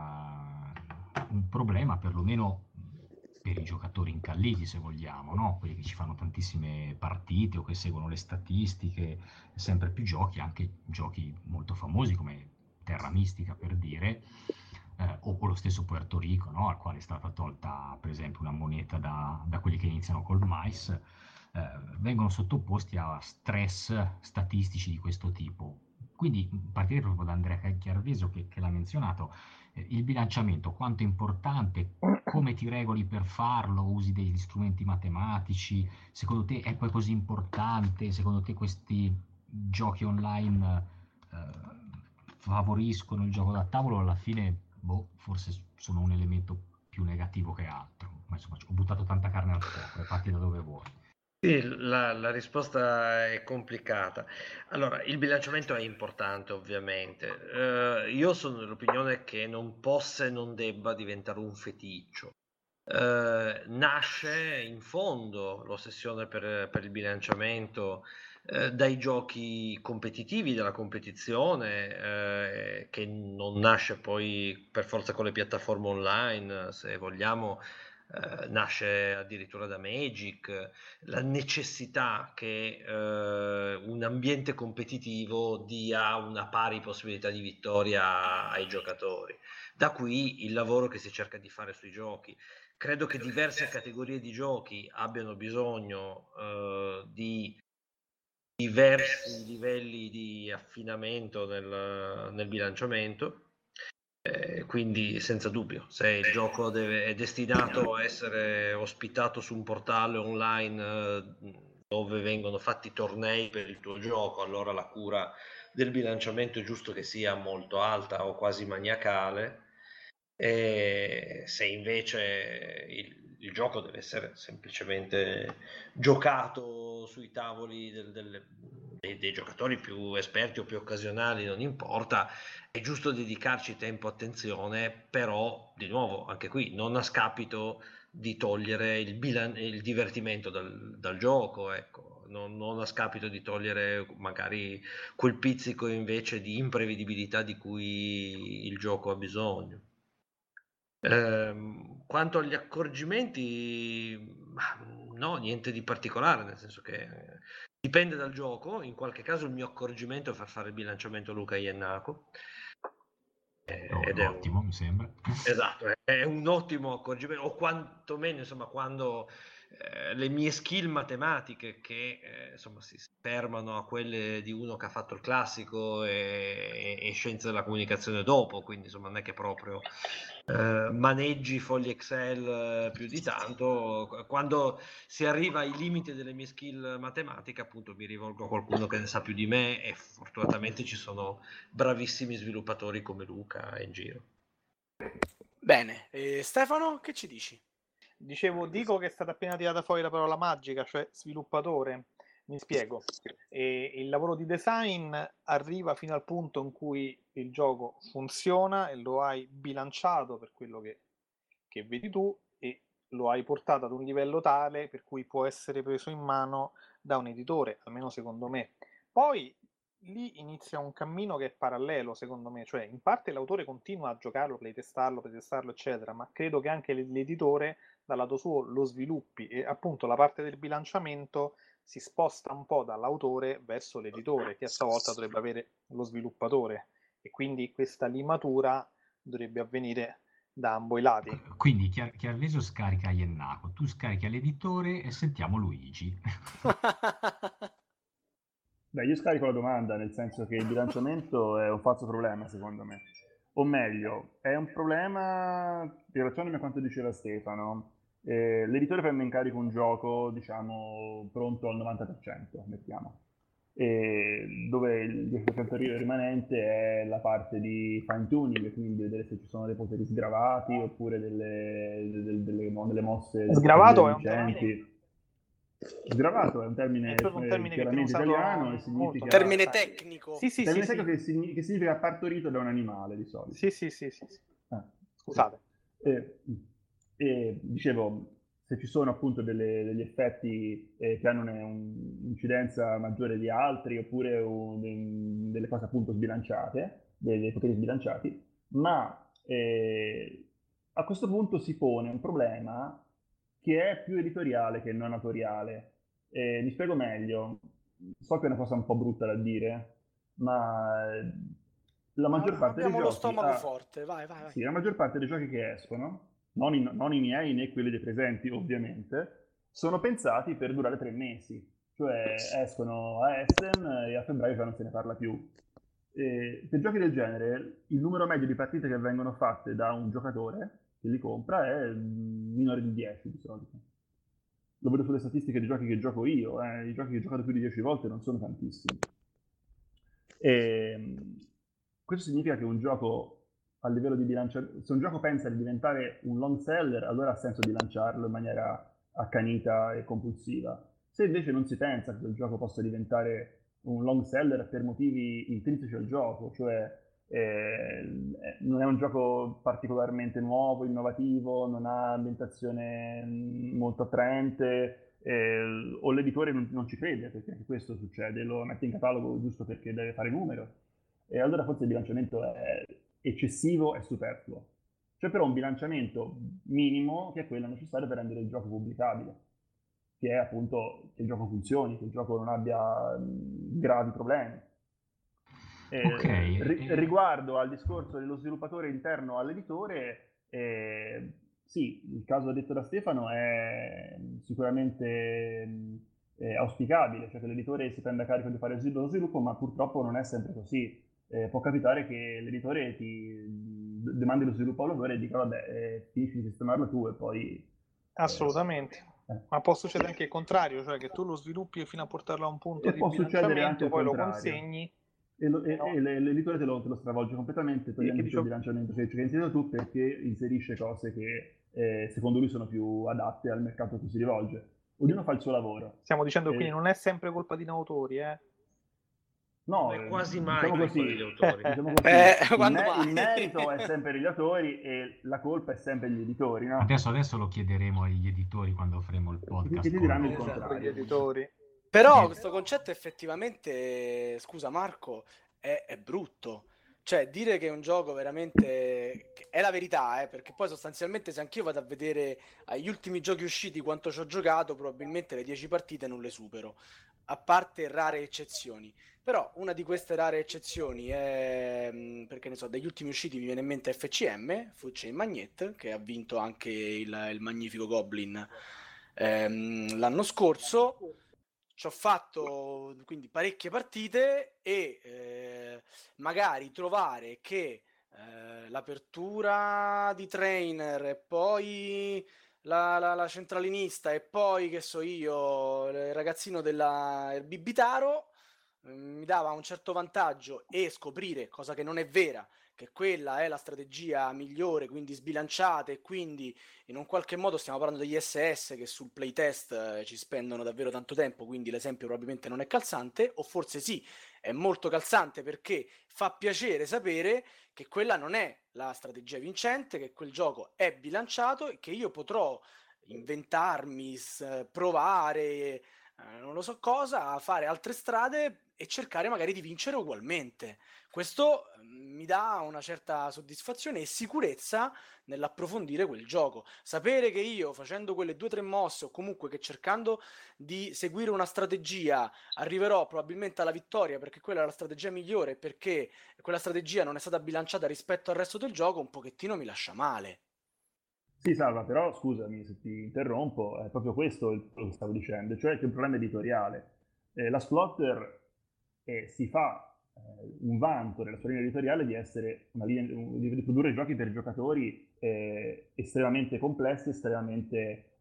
un problema perlomeno per i giocatori incalliti, se vogliamo, no? Quelli che ci fanno tantissime partite o che seguono le statistiche, sempre più giochi, anche giochi molto famosi come Terra Mistica per dire, o lo stesso Puerto Rico, no? Al quale è stata tolta per esempio una moneta da quelli che iniziano col mais, vengono sottoposti a stress statistici di questo tipo. Quindi partire proprio da Andrea Chiarveso che l'ha menzionato, il bilanciamento quanto è importante, come ti regoli per farlo, usi degli strumenti matematici, secondo te è poi così importante, secondo te questi giochi online favoriscono il gioco da tavolo, alla fine forse sono un elemento più negativo che altro, ma insomma ho buttato tanta carne al fuoco, parti da dove vuoi. Sì, la risposta è complicata. Allora, il bilanciamento è importante, ovviamente. Io sono dell'opinione che non possa e non debba diventare un feticcio. Nasce in fondo l'ossessione per il bilanciamento dai giochi competitivi, dalla competizione, che non nasce poi per forza con le piattaforme online, se vogliamo. Nasce addirittura da Magic, la necessità che un ambiente competitivo dia una pari possibilità di vittoria ai giocatori. Da qui il lavoro che si cerca di fare sui giochi. Credo che diverse categorie di giochi abbiano bisogno di diversi livelli di affinamento nel bilanciamento. Quindi senza dubbio, se il gioco è destinato a essere ospitato su un portale online dove vengono fatti tornei per il tuo gioco, allora la cura del bilanciamento è giusto che sia molto alta o quasi maniacale. E se invece il gioco deve essere semplicemente giocato sui tavoli dei giocatori più esperti o più occasionali, non importa, è giusto dedicarci tempo e attenzione, però di nuovo anche qui non a scapito di togliere il divertimento dal gioco, ecco, non a scapito di togliere magari quel pizzico invece di imprevedibilità di cui il gioco ha bisogno. Quanto agli accorgimenti, no, niente di particolare, nel senso che dipende dal gioco. In qualche caso il mio accorgimento è far fare il bilanciamento a Luca Iennaco. ed è ottimo, mi sembra. Esatto, è un ottimo accorgimento, o quantomeno, insomma, quando le mie skill matematiche, che insomma si fermano a quelle di uno che ha fatto il classico e scienze della comunicazione dopo, quindi insomma non è che proprio maneggi fogli Excel più di tanto. Quando si arriva ai limiti delle mie skill matematiche, appunto mi rivolgo a qualcuno che ne sa più di me, e fortunatamente ci sono bravissimi sviluppatori come Luca in giro. Bene, Stefano, che ci dici? Dico che è stata appena tirata fuori la parola magica, cioè sviluppatore. Mi spiego. Il lavoro di design arriva fino al punto in cui il gioco funziona e lo hai bilanciato per quello che vedi tu, e lo hai portato ad un livello tale per cui può essere preso in mano da un editore, almeno secondo me. Poi lì inizia un cammino che è parallelo, secondo me, cioè in parte l'autore continua a giocarlo, playtestarlo, eccetera, ma credo che anche l'editore dal lato suo lo sviluppi, e appunto la parte del bilanciamento si sposta un po' dall'autore verso l'editore, che a sua volta dovrebbe avere lo sviluppatore, e quindi questa limatura dovrebbe avvenire da ambo i lati. Quindi Chiarveso scarica Iennaco, tu scarichi l'editore e sentiamo Luigi. Beh, io scarico la domanda, nel senso che il bilanciamento è un falso problema, secondo me. O meglio, è un problema, rilacciandomi a quanto diceva Stefano, l'editore prende in carico un gioco, diciamo, pronto al 90%, mettiamo, e dove il 10% rimanente è la parte di fine tuning, quindi vedere se ci sono dei poteri sgravati oppure delle mosse Sgravato è un vincenti. Sgravato è un termine, è un termine che chiaramente viene usato italiano, e significa... Termine tecnico. Sì, termine tecnico che significa partorito da un animale, di solito. Sì. Scusate. Dicevo, se ci sono appunto degli effetti che hanno un'incidenza maggiore di altri, oppure delle cose appunto sbilanciate, dei poteri sbilanciati, ma a questo punto si pone un problema che è più editoriale che non autoriale. Mi spiego meglio. So che è una cosa un po' brutta da dire, ma la maggior parte dei Abbiamo giochi... lo stomaco forte, vai. Sì, la maggior parte dei giochi che escono, non i miei né quelli dei presenti ovviamente, sono pensati per durare 3 mesi. Cioè escono a Essen e a febbraio già non se ne parla più. Per giochi del genere il numero medio di partite che vengono fatte da un giocatore che li compra è minore di 10 di solito. Lo vedo sulle statistiche dei giochi che gioco io, i giochi che ho giocato più di 10 volte non sono tantissimi. Questo significa che un gioco a livello di bilanciamento, se un gioco pensa di diventare un long seller, allora ha senso di lanciarlo in maniera accanita e compulsiva. Se invece non si pensa che il gioco possa diventare un long seller per motivi intrinseci al gioco, cioè non è un gioco particolarmente nuovo, innovativo, non ha ambientazione molto attraente, o l'editore non ci crede, perché anche questo succede, lo mette in catalogo giusto perché deve fare numero, e allora forse il bilanciamento è eccessivo e superfluo. C'è però un bilanciamento minimo che è quello necessario per rendere il gioco pubblicabile, che è appunto che il gioco funzioni, che il gioco non abbia gravi problemi. Riguardo al discorso dello sviluppatore interno all'editore, sì, il caso detto da Stefano è sicuramente auspicabile, cioè che l'editore si prenda a carico di fare lo sviluppo, ma purtroppo non è sempre così. Può capitare che l'editore ti demandi lo sviluppo all'autore e dica vabbè, finisci di sistemarlo tu e poi... Assolutamente. Ma può succedere anche il contrario, cioè che tu lo sviluppi fino a portarlo a un punto e di può succedere anche bilanciamento, poi lo contrario. consegni e l'editore te lo stravolge completamente, togliendo il bilanciamento che hai inserito tu, perché inserisce cose che secondo lui sono più adatte al mercato a cui si rivolge. Ognuno fa il suo lavoro. Stiamo dicendo quindi non è sempre colpa di autori, No, è quasi mai diciamo colpa così, degli autori. diciamo così, il merito è sempre degli autori e la colpa è sempre degli editori, no? Adesso lo chiederemo agli editori quando faremo il podcast. Che ti diranno il Esatto. contrario. Gli editori. Però questo concetto effettivamente, scusa Marco, è brutto. Cioè, dire che un gioco veramente... è la verità, perché poi sostanzialmente se anch'io vado a vedere agli ultimi giochi usciti quanto ci ho giocato, probabilmente le 10 partite non le supero. a parte rare eccezioni. Però una di queste rare eccezioni è, perché ne so, degli ultimi usciti mi viene in mente FCM, Food Chain Magnet, che ha vinto anche il Magnifico Goblin l'anno scorso. Ci ho fatto quindi parecchie partite e magari trovare che l'apertura di trainer e poi la centralinista e poi che so io, il ragazzino della Bibitaro mi dava un certo vantaggio e scoprire, cosa che non è vera, che quella è la strategia migliore, quindi sbilanciata e quindi in un qualche modo stiamo parlando degli SS che sul playtest ci spendono davvero tanto tempo, quindi l'esempio probabilmente non è calzante, o forse sì, è molto calzante perché fa piacere sapere che quella non è la strategia vincente, che quel gioco è bilanciato e che io potrò inventarmi, provare, non lo so cosa, fare altre strade e cercare magari di vincere ugualmente. Questo mi dà una certa soddisfazione e sicurezza nell'approfondire quel gioco. Sapere che io facendo quelle 2 o 3 mosse o comunque che cercando di seguire una strategia arriverò probabilmente alla vittoria perché quella è la strategia migliore, perché quella strategia non è stata bilanciata rispetto al resto del gioco, un pochettino mi lascia male. Sì, Salva, però scusami se ti interrompo, è proprio questo quello che stavo dicendo, cioè che è un problema editoriale. La Splotter si fa un vanto nella sua linea editoriale di essere di produrre giochi per giocatori estremamente complessi, estremamente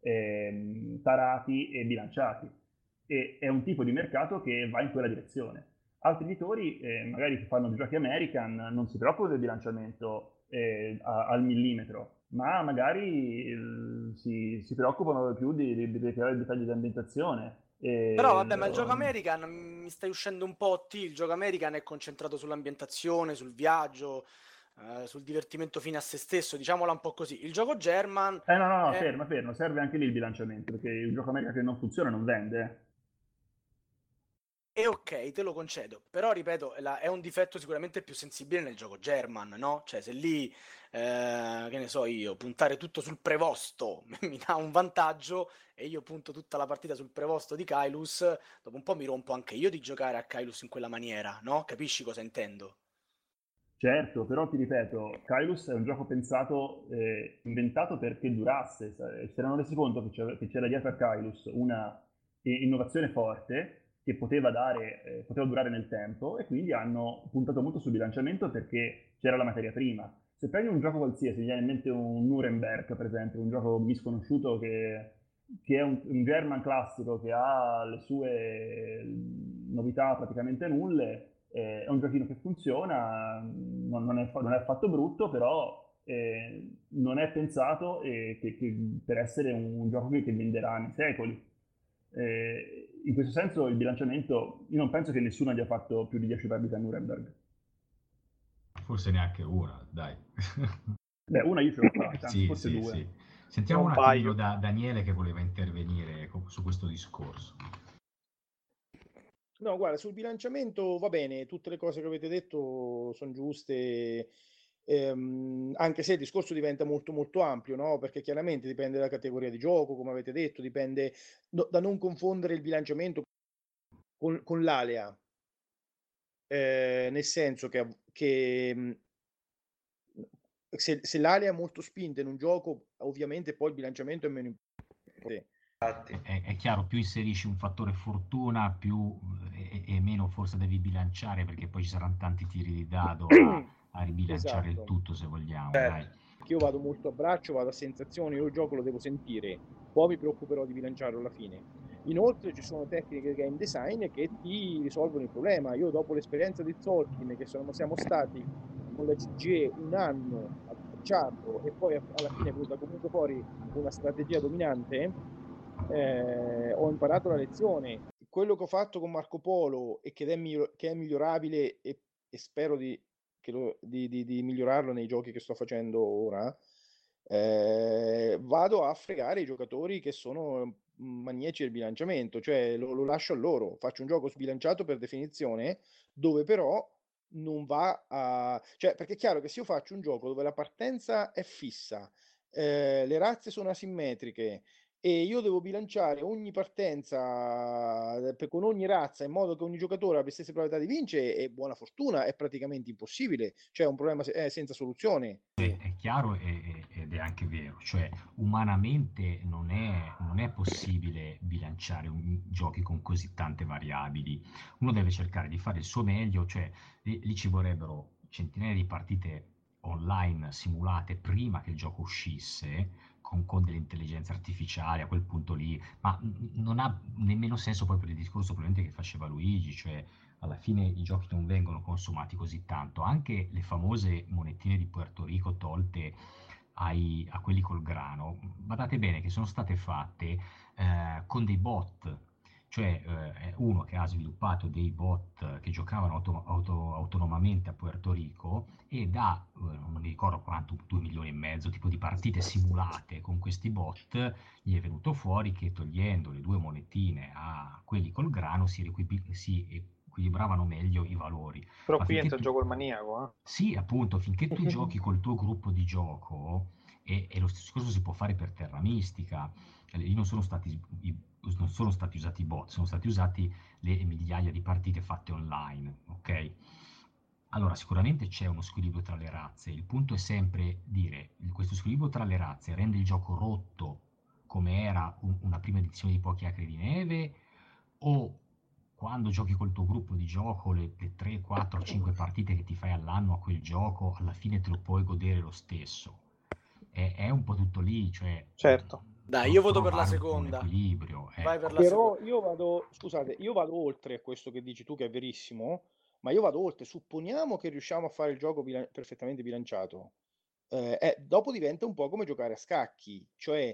tarati e bilanciati. E è un tipo di mercato che va in quella direzione. Altri editori, magari che fanno giochi American, non si preoccupano del bilanciamento al millimetro, ma magari si preoccupano più di creare dettagli di ambientazione. Però vabbè, ma il gioco American mi stai uscendo un po' OT, il gioco American è concentrato sull'ambientazione, sul viaggio, sul divertimento fine a se stesso, diciamola un po' così. Il gioco German No, è... ferma, serve anche lì il bilanciamento, perché il gioco America che non funziona non vende. E ok, te lo concedo, però ripeto, è un difetto sicuramente più sensibile nel gioco German, no? Cioè se lì, che ne so io, puntare tutto sul prevosto mi dà un vantaggio e io punto tutta la partita sul prevosto di Kailus, dopo un po' mi rompo anche io di giocare a Kailus in quella maniera, no? Capisci cosa intendo? Certo, però ti ripeto, Kylus è un gioco pensato, inventato perché durasse. Si erano resi conto che c'era dietro a Kylus una innovazione forte che poteva durare nel tempo e quindi hanno puntato molto sul bilanciamento perché c'era la materia prima. Se prendi un gioco qualsiasi, mi viene in mente un Nuremberg, per esempio, un gioco misconosciuto che è un German classico che ha le sue novità praticamente nulle, è un giochino che funziona, non è affatto brutto, però non è pensato per essere un gioco che venderà nei secoli. In questo senso il bilanciamento, io non penso che nessuno abbia fatto più di 10 partite a Nuremberg. Forse neanche una, dai. Beh, una io ce l'ho fatta, anzi Sì, forse sì, due. sì. Sentiamo Un un attimino paio. da Daniele che voleva intervenire su questo discorso. No, guarda, sul bilanciamento va bene, tutte le cose che avete detto sono giuste, anche se il discorso diventa molto molto ampio, no? Perché chiaramente dipende dalla categoria di gioco, come avete detto, dipende da non confondere il bilanciamento con l'alea, nel senso che se l'alea è molto spinta in un gioco, ovviamente poi il bilanciamento è meno importante. È chiaro, più inserisci un fattore fortuna, più e meno forse devi bilanciare perché poi ci saranno tanti tiri di dado a ribilanciare il Esatto. tutto se vogliamo, Certo. dai. Che io vado molto a braccio, vado a sensazioni, io il gioco lo devo sentire, poi mi preoccuperò di bilanciarlo alla fine. Inoltre ci sono tecniche di game design che ti risolvono il problema. Io dopo l'esperienza di Zolkin, che siamo stati con la GGE un anno a tracciarlo e poi alla fine è venuta comunque fuori una strategia dominante, ho imparato la lezione. Quello che ho fatto con Marco Polo e che è migliorabile e spero di migliorarlo nei giochi che sto facendo ora, vado a fregare i giocatori che sono maniaci del bilanciamento, cioè lo lascio a loro, faccio un gioco sbilanciato per definizione, dove però non va a... cioè, perché è chiaro che se io faccio un gioco dove la partenza è fissa, le razze sono asimmetriche e io devo bilanciare ogni partenza con ogni razza in modo che ogni giocatore abbia le stesse probabilità di vincere, e buona fortuna, è praticamente impossibile, cioè è un problema senza soluzione. È chiaro ed è anche vero, cioè umanamente non è possibile bilanciare giochi con così tante variabili. Uno deve cercare di fare il suo meglio, cioè lì ci vorrebbero centinaia di partite online simulate prima che il gioco uscisse, con delle intelligenze artificiali a quel punto lì, ma non ha nemmeno senso poi per il discorso probabilmente che faceva Luigi, cioè alla fine i giochi non vengono consumati così tanto. Anche le famose monetine di Puerto Rico tolte a quelli col grano, badate bene che sono state fatte con dei bot, cioè uno che ha sviluppato dei bot che giocavano autonomamente a Puerto Rico e da, non mi ricordo quanto, 2 milioni e mezzo tipo di partite simulate con questi bot, gli è venuto fuori che togliendo le 2 monetine a quelli col grano si equilibravano meglio i valori. Però Ma qui finché entra in tu... gioco il maniaco, eh? Sì, appunto, finché tu giochi col tuo gruppo di gioco, e lo stesso cosa si può fare per Terra Mistica, lì non sono stati usati i bot, sono stati usati le migliaia di partite fatte online, ok? Allora, sicuramente c'è uno squilibrio tra le razze, il punto è sempre dire questo squilibrio tra le razze rende il gioco rotto come era una prima edizione di Pochi Acri di Neve, o quando giochi col tuo gruppo di gioco le 3, 4, 5 partite che ti fai all'anno a quel gioco, alla fine te lo puoi godere lo stesso. È un po' tutto lì, cioè Certo. Dai, io voto per la trovare un po' un seconda. equilibrio, Vai per ecco. la seconda. Però io vado, scusate, io vado oltre a questo che dici tu, che è verissimo, ma io vado oltre. Supponiamo che riusciamo a fare il gioco perfettamente bilanciato. Dopo diventa un po' come giocare a scacchi, cioè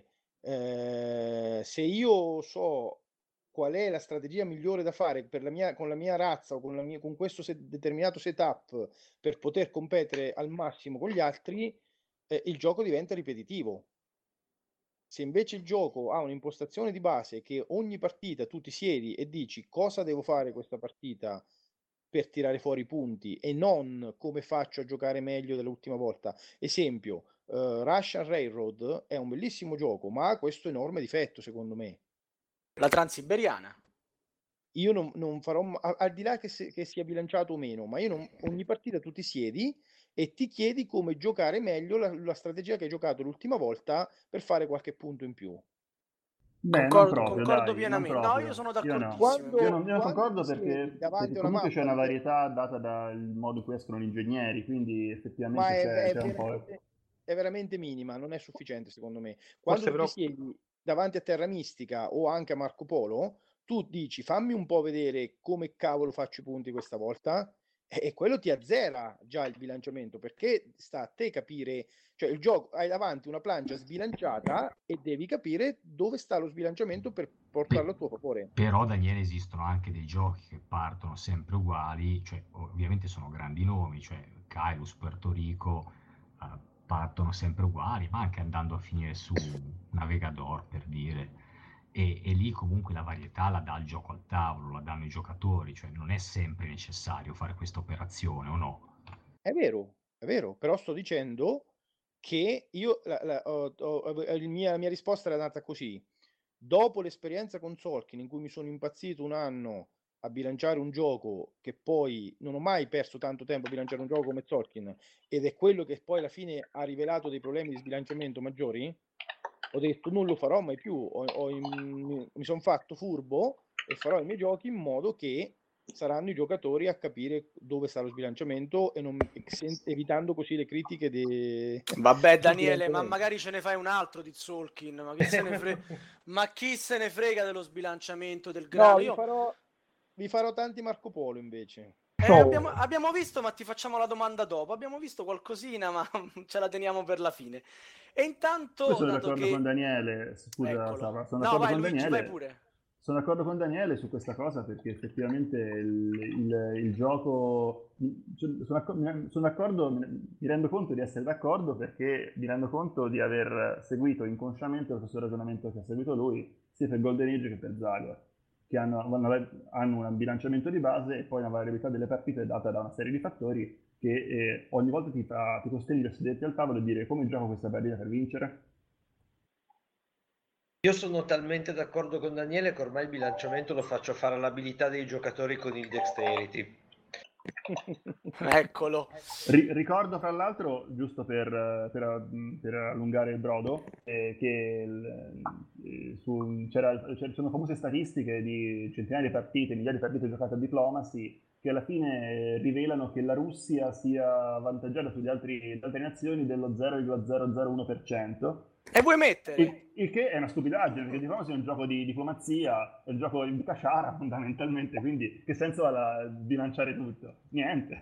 se io so qual è la strategia migliore da fare con la mia razza o con questo determinato setup per poter competere al massimo con gli altri, il gioco diventa ripetitivo. Se invece il gioco ha un'impostazione di base che ogni partita tu ti siedi e dici cosa devo fare questa partita per tirare fuori i punti e non come faccio a giocare meglio dell'ultima volta. Esempio, Russian Railroad è un bellissimo gioco, ma ha questo enorme difetto secondo me. La Transiberiana. Io non farò, al di là che sia bilanciato o meno, ma ogni partita tu ti siedi e ti chiedi come giocare meglio la strategia che hai giocato l'ultima volta per fare qualche punto in più. Beh, non Concordo, proprio, concordo dai, non pienamente. No, io proprio. sono Io no. d'accordissimo Io invece. non, io non Quando concordo ti siedi perché davanti a una comunque c'è mappa una varietà data dal modo in cui escono gli ingegneri, quindi ma effettivamente c'è un po'. è veramente minima, non è sufficiente secondo me. Quando Forse tu ti però siedi davanti a Terra Mistica o anche a Marco Polo, tu dici fammi un po' vedere come cavolo faccio i punti questa volta, e quello ti azzera già il bilanciamento, perché sta a te capire, cioè il gioco, hai davanti una plancia sbilanciata e devi capire dove sta lo sbilanciamento per portarlo a tuo favore. Però, Daniele, esistono anche dei giochi che partono sempre uguali, cioè ovviamente sono grandi nomi, cioè Kylus, Puerto Rico, eh, partono sempre uguali, ma anche andando a finire su Navegador, per dire. E lì comunque la varietà la dà il gioco al tavolo, la danno i giocatori, cioè non è sempre necessario fare questa operazione, o no? È vero, però sto dicendo che io la mia risposta era nata così. Dopo l'esperienza con Solkin, in cui mi sono impazzito un anno a bilanciare un gioco, che poi non ho mai perso tanto tempo a bilanciare un gioco come Solkin, ed è quello che poi alla fine ha rivelato dei problemi di sbilanciamento maggiori, ho detto non lo farò mai più. Mi sono fatto furbo e farò i miei giochi in modo che saranno i giocatori a capire dove sta lo sbilanciamento e evitando così le critiche Vabbè, del Daniele, ma bilanciamento. magari ce ne fai un altro di Tzolk'in, ma chi se ne frega? Ma chi se ne frega dello sbilanciamento del grano? No, Io vi farò tanti Marco Polo invece. abbiamo visto, ma ti facciamo la domanda dopo. Abbiamo visto qualcosina, ma ce la teniamo per la fine. E Poi intanto, sono dato d'accordo con che... Daniele, scusa Eccolo. Sava, sono No, d'accordo vai con Luigi, vai Daniele, pure. sono d'accordo con Daniele su questa cosa perché effettivamente il gioco, sono d'accordo, mi rendo conto di essere d'accordo perché mi rendo conto di aver seguito inconsciamente lo stesso ragionamento che ha seguito lui, sia per Golden Age che per Zaga, che hanno un bilanciamento di base e poi una variabilità delle partite data da una serie di fattori che ogni volta ti costringe a sederti al tavolo e dire come gioco questa partita per vincere. Io sono talmente d'accordo con Daniele che ormai il bilanciamento lo faccio fare all'abilità dei giocatori con il dexterity. Eccolo. Ricordo fra l'altro, giusto per allungare il brodo, che sono famose statistiche di centinaia di partite, migliaia di partite giocate a Diplomacy, che alla fine rivelano che la Russia sia avvantaggiata sulle altre nazioni dello 0,001%. E vuoi mettere? Il che è una stupidaggine, perché Diplomacy è un gioco di diplomazia, è un gioco di caciara fondamentalmente, quindi che senso ha bilanciare tutto? Niente.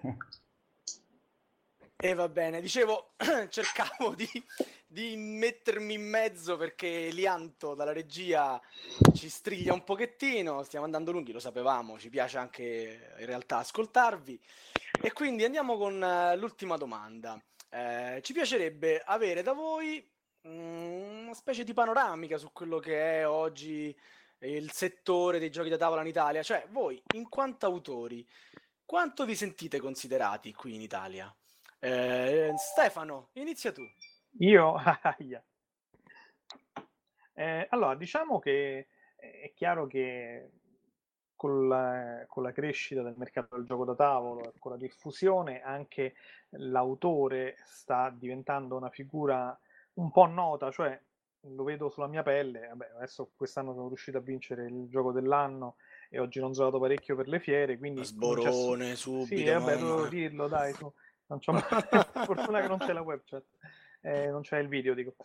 E va bene, dicevo, cercavo di mettermi in mezzo perché Lianto dalla regia ci striglia un pochettino, stiamo andando lunghi, lo sapevamo, ci piace anche in realtà ascoltarvi. E quindi andiamo con l'ultima domanda. Ci piacerebbe avere da voi una specie di panoramica su quello che è oggi il settore dei giochi da tavola in Italia, cioè voi in quanto autori, quanto vi sentite considerati qui in Italia? Stefano, inizia tu. Io? Allora, diciamo che è chiaro che con la crescita del mercato del gioco da tavolo e con la diffusione, anche l'autore sta diventando una figura un po' nota, cioè lo vedo sulla mia pelle. Vabbè, adesso quest'anno sono riuscito a vincere il gioco dell'anno e oggi non sono andato parecchio per le fiere, quindi Sborone sì, subito. vabbè, dovevo dirlo, dai, su. Non c'ho fortuna che non c'è la web chat, non c'è il video, dico.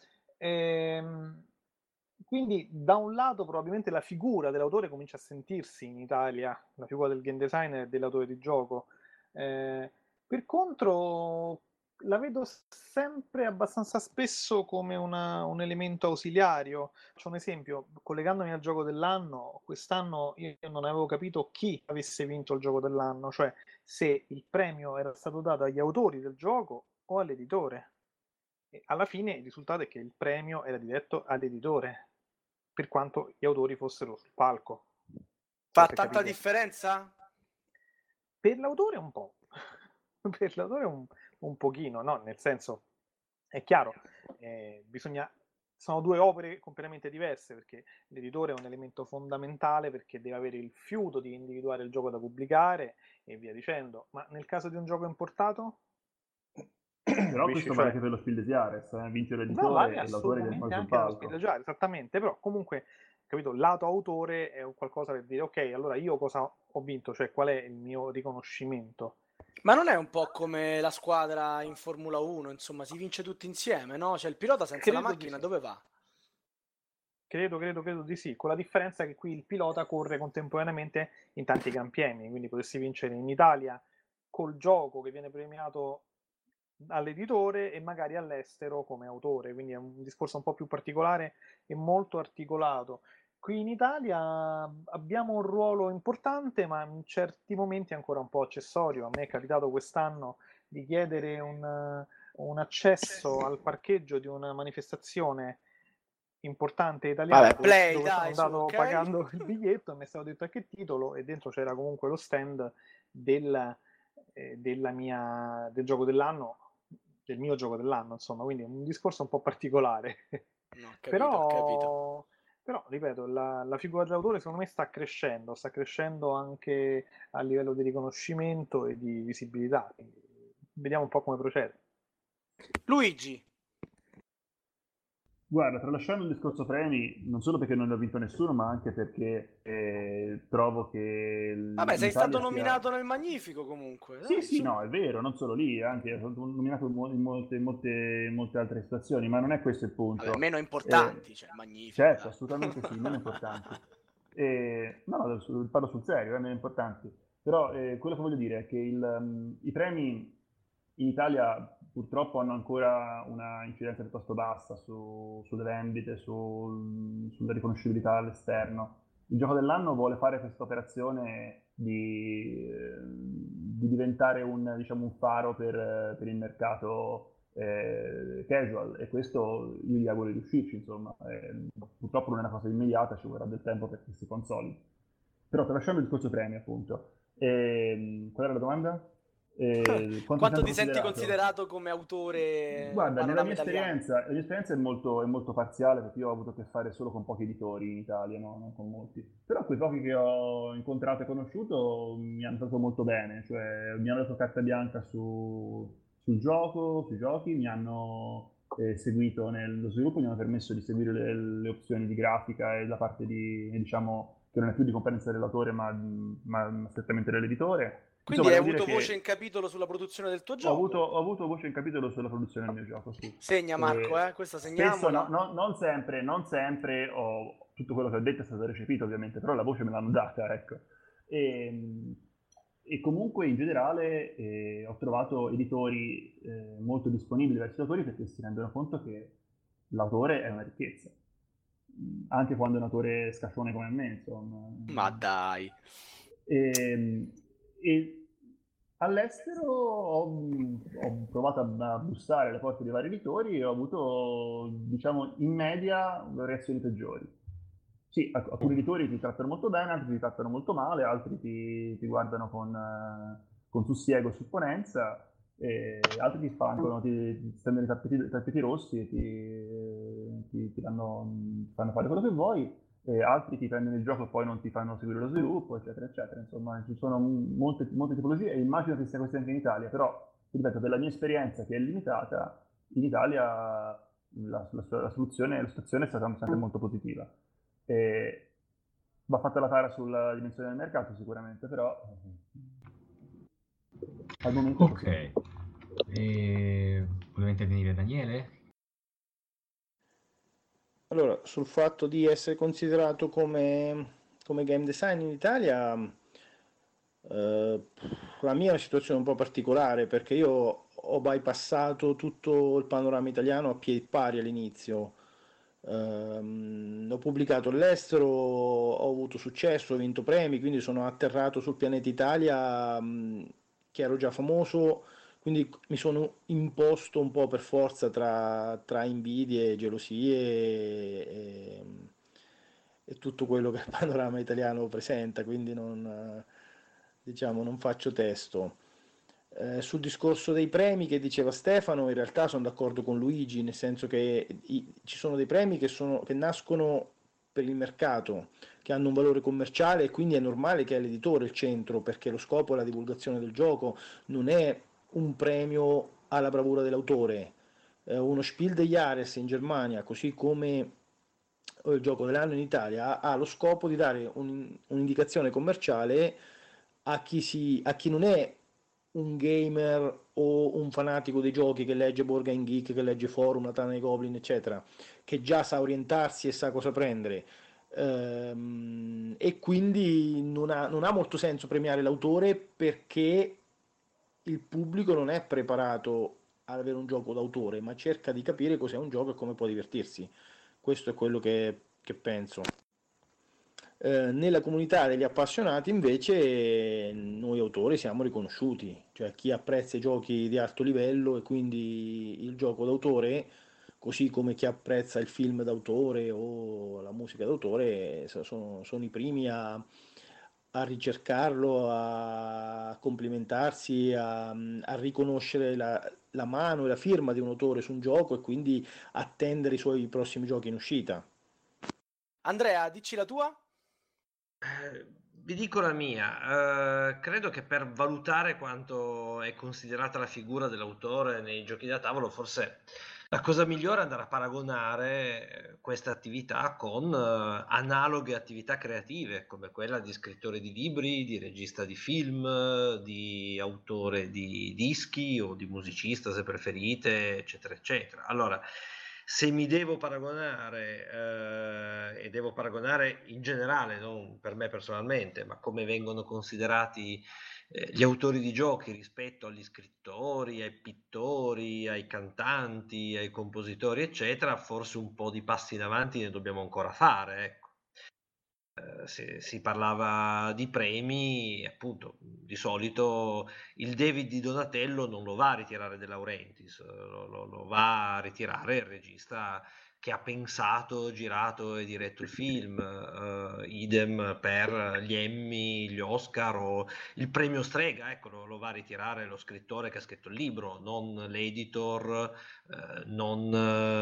Quindi da un lato probabilmente la figura dell'autore comincia a sentirsi in Italia, la figura del game designer e dell'autore di gioco. Per contro la vedo sempre abbastanza spesso come un elemento ausiliario. C'è un esempio, collegandomi al gioco dell'anno, quest'anno io non avevo capito chi avesse vinto il gioco dell'anno, cioè se il premio era stato dato agli autori del gioco o all'editore. E alla fine il risultato è che il premio era diretto all'editore, per quanto gli autori fossero sul palco. Fa tanta differenza? Per l'autore un po', per l'autore un pochino, no? Nel senso, è chiaro, sono due opere completamente diverse, perché l'editore è un elemento fondamentale perché deve avere il fiuto di individuare il gioco da pubblicare e via dicendo. Ma nel caso di un gioco importato? Però questo vale anche per lo Spiel des Jahres, vince l'editore e l'autore viene poi sul palco. Esattamente, però comunque, capito, lato autore è un qualcosa per dire, ok, allora io cosa ho vinto, cioè qual è il mio riconoscimento. Ma non è un po' come la squadra in Formula 1, insomma, si vince tutti insieme, no? Cioè il pilota senza la macchina dove va? Credo di sì, con la differenza che qui il pilota corre contemporaneamente in tanti gran premi, quindi potessi vincere in Italia col gioco che viene premiato all'editore e magari all'estero come autore, quindi è un discorso un po' più particolare e molto articolato. Qui in Italia abbiamo un ruolo importante, ma in certi momenti ancora un po' accessorio. A me è capitato quest'anno di chiedere un accesso al parcheggio di una manifestazione importante italiana. Vabbè, play, dove dai, sono andato okay. pagando il biglietto e mi è stato detto a che titolo, e dentro c'era comunque lo stand del gioco dell'anno, del mio gioco dell'anno, insomma, quindi è un discorso un po' particolare. No, capito. Però, ripeto, la figura dell'autore secondo me sta crescendo anche a livello di riconoscimento e di visibilità. Quindi vediamo un po' come procede. Luigi. Guarda, tralasciando il discorso premi, non solo perché non ne ho vinto nessuno, ma anche perché trovo che... Vabbè, sei stato nominato nel Magnifico comunque. Sì, no, è vero, non solo lì, anche sono stato nominato in molte altre situazioni, ma non è questo il punto. Vabbè, meno importanti, cioè Magnifico. Certo, assolutamente sì, meno importanti. No, parlo sul serio, meno importanti. Però quello che voglio dire è che i premi in Italia purtroppo hanno ancora una incidenza piuttosto bassa sulle vendite, sulla riconoscibilità all'esterno. Il gioco dell'anno vuole fare questa operazione di diventare un faro per il mercato casual, e questo io gli auguro di riuscirci, insomma. Purtroppo non è una cosa immediata, ci vorrà del tempo perché si consolidi. Però tralasciando il discorso premi, appunto. Qual era la domanda? Quanto ti senti considerato come autore? Guarda, nella mia italiano? esperienza, è molto parziale, perché io ho avuto a che fare solo con pochi editori in Italia, no? Non con molti. Però quei pochi che ho incontrato e conosciuto mi hanno trattato molto bene, cioè mi hanno dato carta bianca sul gioco, sui giochi, mi hanno seguito nello sviluppo, mi hanno permesso di seguire le opzioni di grafica e la parte diciamo, che non è più di competenza dell'autore, ma strettamente dell'editore. Quindi Insomma, hai devo dire avuto voce che in capitolo sulla produzione del tuo ho gioco? avuto voce in capitolo sulla produzione del mio gioco, sì. Segna Marco, questa Spesso, segniamola. non sempre tutto quello che ho detto è stato recepito, ovviamente, però la voce me l'hanno data, ecco. E, e comunque in generale ho trovato editori molto disponibili verso gli autori, perché si rendono conto che l'autore è una ricchezza, anche quando è un autore scafone come me, insomma. Ma dai. E all'estero ho provato a bussare alle porte di vari editori e ho avuto, diciamo, in media reazioni peggiori. Sì, alcuni editori ti trattano molto bene, altri ti trattano molto male, altri ti guardano con sussiego e supponenza, e altri ti spalancano, ti stendono i tappeti rossi e ti fanno fare quello che vuoi, e altri ti prendono il gioco e poi non ti fanno seguire lo sviluppo, eccetera, eccetera. Insomma, ci sono molte tipologie, e immagino che sia così anche in Italia, però, ripeto, per la mia esperienza, che è limitata, in Italia la situazione è stata sempre molto positiva. E va fatta la tara sulla dimensione del mercato sicuramente, però al momento è così. Ok. Voleva intervenire Daniele? Allora, sul fatto di essere considerato come game design in Italia, la mia è una situazione un po' particolare, perché io ho bypassato tutto il panorama italiano a piedi pari all'inizio. Ho pubblicato all'estero, ho avuto successo, ho vinto premi, quindi sono atterrato sul pianeta Italia, che ero già famoso, quindi mi sono imposto un po' per forza tra invidie, gelosie e tutto quello che il panorama italiano presenta, quindi diciamo, non faccio testo. Sul discorso dei premi che diceva Stefano, in realtà sono d'accordo con Luigi, nel senso che ci sono dei premi che nascono per il mercato, che hanno un valore commerciale, e quindi è normale che è l'editore il centro, perché lo scopo è la divulgazione del gioco, non è un premio alla bravura dell'autore. Uno Spiel des Jahres in Germania, così come il gioco dell'anno in Italia, ha lo scopo di dare un'indicazione commerciale a chi non è un gamer o un fanatico dei giochi, che legge Board Game Geek, che legge forum, la Tana dei Goblin, eccetera, che già sa orientarsi e sa cosa prendere. E quindi non ha molto senso premiare l'autore, perché il pubblico non è preparato ad avere un gioco d'autore, ma cerca di capire cos'è un gioco e come può divertirsi. Questo è quello che penso. Nella comunità degli appassionati invece noi autori siamo riconosciuti, cioè chi apprezza i giochi di alto livello e quindi il gioco d'autore, così come chi apprezza il film d'autore o la musica d'autore, sono i primi a ricercarlo, a complimentarsi, a riconoscere la mano e la firma di un autore su un gioco, e quindi attendere i suoi prossimi giochi in uscita. Andrea, dici la tua? Vi dico la mia, credo che per valutare quanto è considerata la figura dell'autore nei giochi da tavolo, forse la cosa migliore è andare a paragonare questa attività con analoghe attività creative, come quella di scrittore di libri, di regista di film, di autore di dischi o di musicista, se preferite, eccetera, eccetera. Allora, se mi devo paragonare, e devo paragonare in generale, non per me personalmente, ma come vengono considerati gli autori di giochi rispetto agli scrittori, ai pittori, ai cantanti, ai compositori, eccetera, forse un po' di passi in avanti ne dobbiamo ancora fare, ecco. Se si parlava di premi, appunto, di solito il David di Donatello non lo va a ritirare De Laurentiis, lo va a ritirare il regista che ha pensato, girato e diretto il film, idem per gli Emmy, gli Oscar o il premio Strega, ecco, lo va a ritirare lo scrittore che ha scritto il libro, non l'editor, non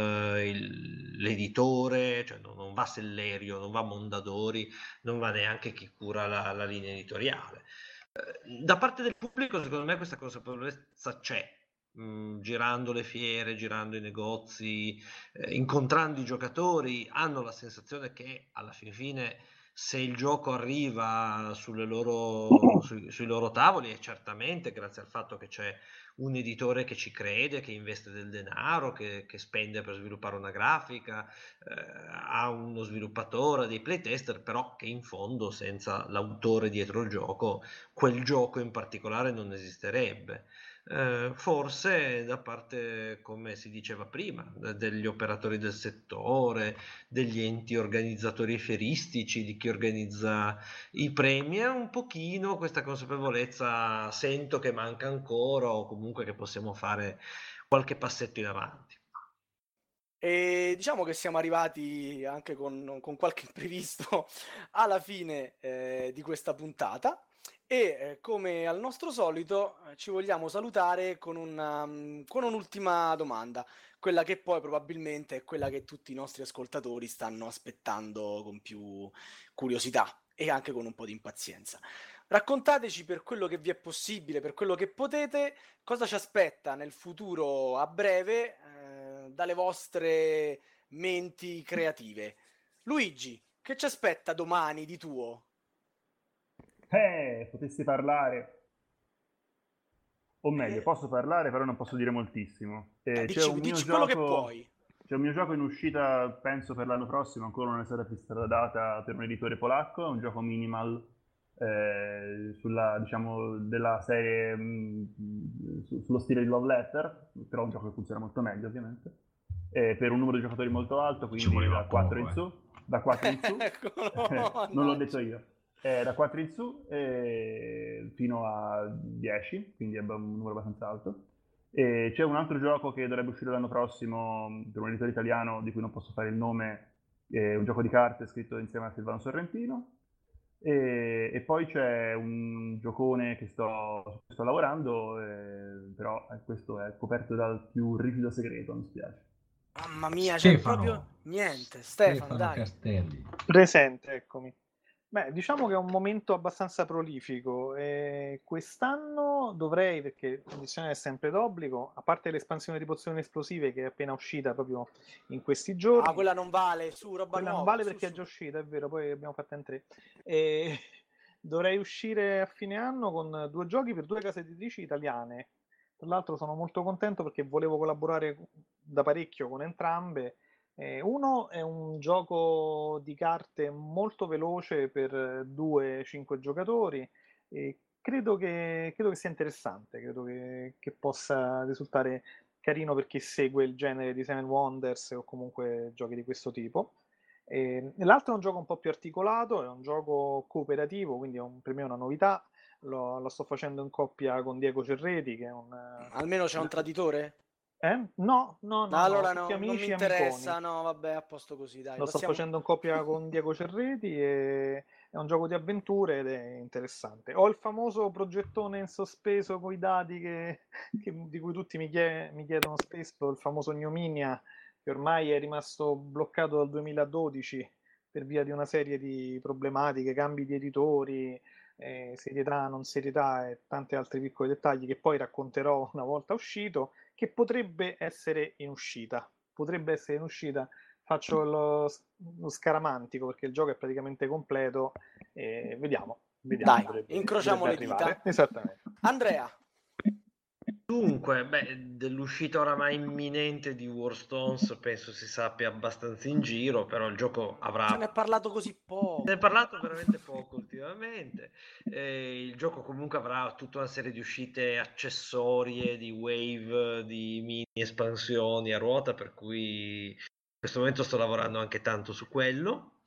l'editore, cioè non va Sellerio, non va Mondadori, non va neanche chi cura la linea editoriale. Da parte del pubblico, secondo me, questa consapevolezza c'è. Girando le fiere, girando i negozi, incontrando i giocatori, hanno la sensazione che alla fine se il gioco arriva sui loro tavoli è certamente grazie al fatto che c'è un editore che ci crede, che investe del denaro, che spende per sviluppare una grafica, ha uno sviluppatore, dei playtester, però che in fondo senza l'autore dietro il gioco quel gioco in particolare non esisterebbe. Forse da parte, come si diceva prima, degli operatori del settore, degli enti organizzatori fieristici, di chi organizza i premi, è un pochino questa consapevolezza sento che manca ancora, o comunque che possiamo fare qualche passetto in avanti. E diciamo che siamo arrivati anche con qualche imprevisto alla fine di questa puntata e come al nostro solito ci vogliamo salutare con un'ultima domanda, quella che poi probabilmente è quella che tutti i nostri ascoltatori stanno aspettando con più curiosità e anche con un po' di impazienza. Raccontateci per quello che vi è possibile, per quello che potete, cosa ci aspetta nel futuro a breve dalle vostre menti creative. Luigi, che ci aspetta domani di tuo? Potessi parlare. O meglio, posso parlare, però non posso dire moltissimo. Dici quello che puoi. C'è un mio gioco in uscita, penso per l'anno prossimo, ancora non è stata fissata la data, per un editore polacco, è un gioco minimal sulla, diciamo, della serie sullo stile di Love Letter, però è un gioco che funziona molto meglio ovviamente, per un numero di giocatori molto alto, quindi da 4 in su, da 4 in su, non l'ho detto io, da 4 in su fino a 10, quindi è un numero abbastanza alto. E c'è un altro gioco che dovrebbe uscire l'anno prossimo per un editore italiano di cui non posso fare il nome, un gioco di carte scritto insieme a Silvano Sorrentino. E poi c'è un giocone che sto lavorando, però questo è coperto dal più rigido segreto, mi spiace. Mamma mia, c'è proprio niente. Stefano, dai. Castelli. Presente, eccomi. Beh, diciamo che è un momento abbastanza prolifico e quest'anno dovrei, perché il condizionale è sempre d'obbligo, a parte l'espansione di pozioni esplosive che è appena uscita proprio in questi giorni. Ah, quella non vale, su, roba quella nuova. Non vale perché è già uscita, è vero, poi abbiamo fatto in 3. E dovrei uscire a fine anno con 2 giochi per 2 case editrici italiane. Tra l'altro sono molto contento perché volevo collaborare da parecchio con entrambe. Uno è un gioco di carte molto veloce per 2-5 giocatori e credo che sia interessante, credo che possa risultare carino per chi segue il genere di Seven Wonders o comunque giochi di questo tipo. L'altro è un gioco un po' più articolato, è un gioco cooperativo, quindi per me è una novità. Lo sto facendo in coppia con Diego Cerreti, che è un... Almeno c'è un traditore? No, allora tutti non mi amici interessa, amiconi. no, vabbè, a posto così, dai. Sto facendo in coppia con Diego Cerreti e è un gioco di avventure ed è interessante. Ho il famoso progettone in sospeso con i dati di cui tutti mi chiedono spesso, il famoso Gnominia, che ormai è rimasto bloccato dal 2012 per via di una serie di problematiche, cambi di editori, serietà, non serietà e tanti altri piccoli dettagli che poi racconterò una volta uscito, che potrebbe essere in uscita. Faccio lo scaramantico perché il gioco è praticamente completo e vediamo. Dai, incrociamo le dita. Esattamente. Andrea. Dunque, dell'uscita oramai imminente di Warstones penso si sappia abbastanza in giro, però il gioco avrà... Se ne è parlato così poco. Se ne è parlato veramente poco ultimamente. Il gioco comunque avrà tutta una serie di uscite accessorie, di wave, di mini espansioni a ruota, per cui in questo momento sto lavorando anche tanto su quello.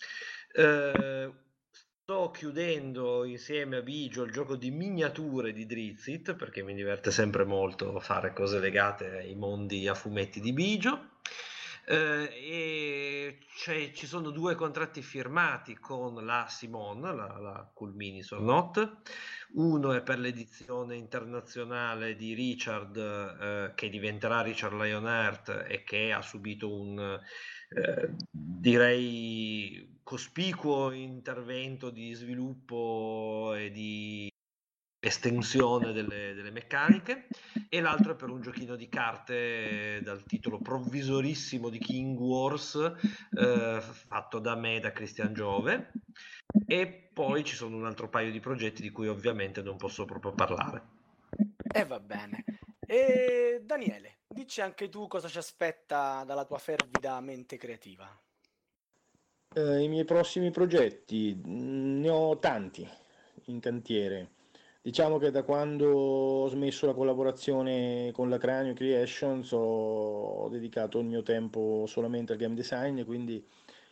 Sto chiudendo insieme a Bigio il gioco di miniature di Drizzt, perché mi diverte sempre molto fare cose legate ai mondi a fumetti di Bigio. e ci sono 2 contratti firmati con la Simone, la Cool Minis or Not. Uno è per l'edizione internazionale di Richard, che diventerà Richard Lionheart e che ha subito un direi cospicuo intervento di sviluppo e di estensione delle meccaniche, e l'altro è per un giochino di carte dal titolo provvisorissimo di King Wars, fatto da me e da Christian Giove. E poi ci sono un altro paio di progetti di cui ovviamente non posso proprio parlare. E va bene. E Daniele, dici anche tu cosa ci aspetta dalla tua fervida mente creativa. I miei prossimi progetti, ne ho tanti in cantiere. Diciamo che da quando ho smesso la collaborazione con la Cranio Creations ho dedicato il mio tempo solamente al game design, quindi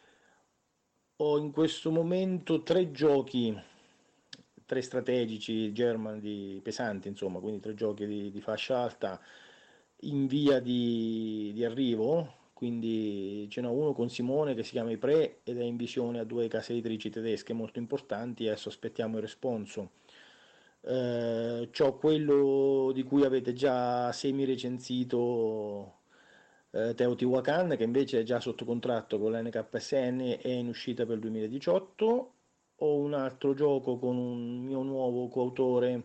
ho in questo momento 3 giochi, 3 strategici German pesanti, insomma, quindi 3 giochi di fascia alta in via di arrivo. Quindi ce n'ho uno con Simone che si chiama I Pre ed è in visione a 2 case editrici tedesche molto importanti. Adesso aspettiamo il responso. C'ho quello di cui avete già semi recensito, Teotihuacan, che invece è già sotto contratto con la NKSN e è in uscita per il 2018. Ho un altro gioco con un mio nuovo coautore,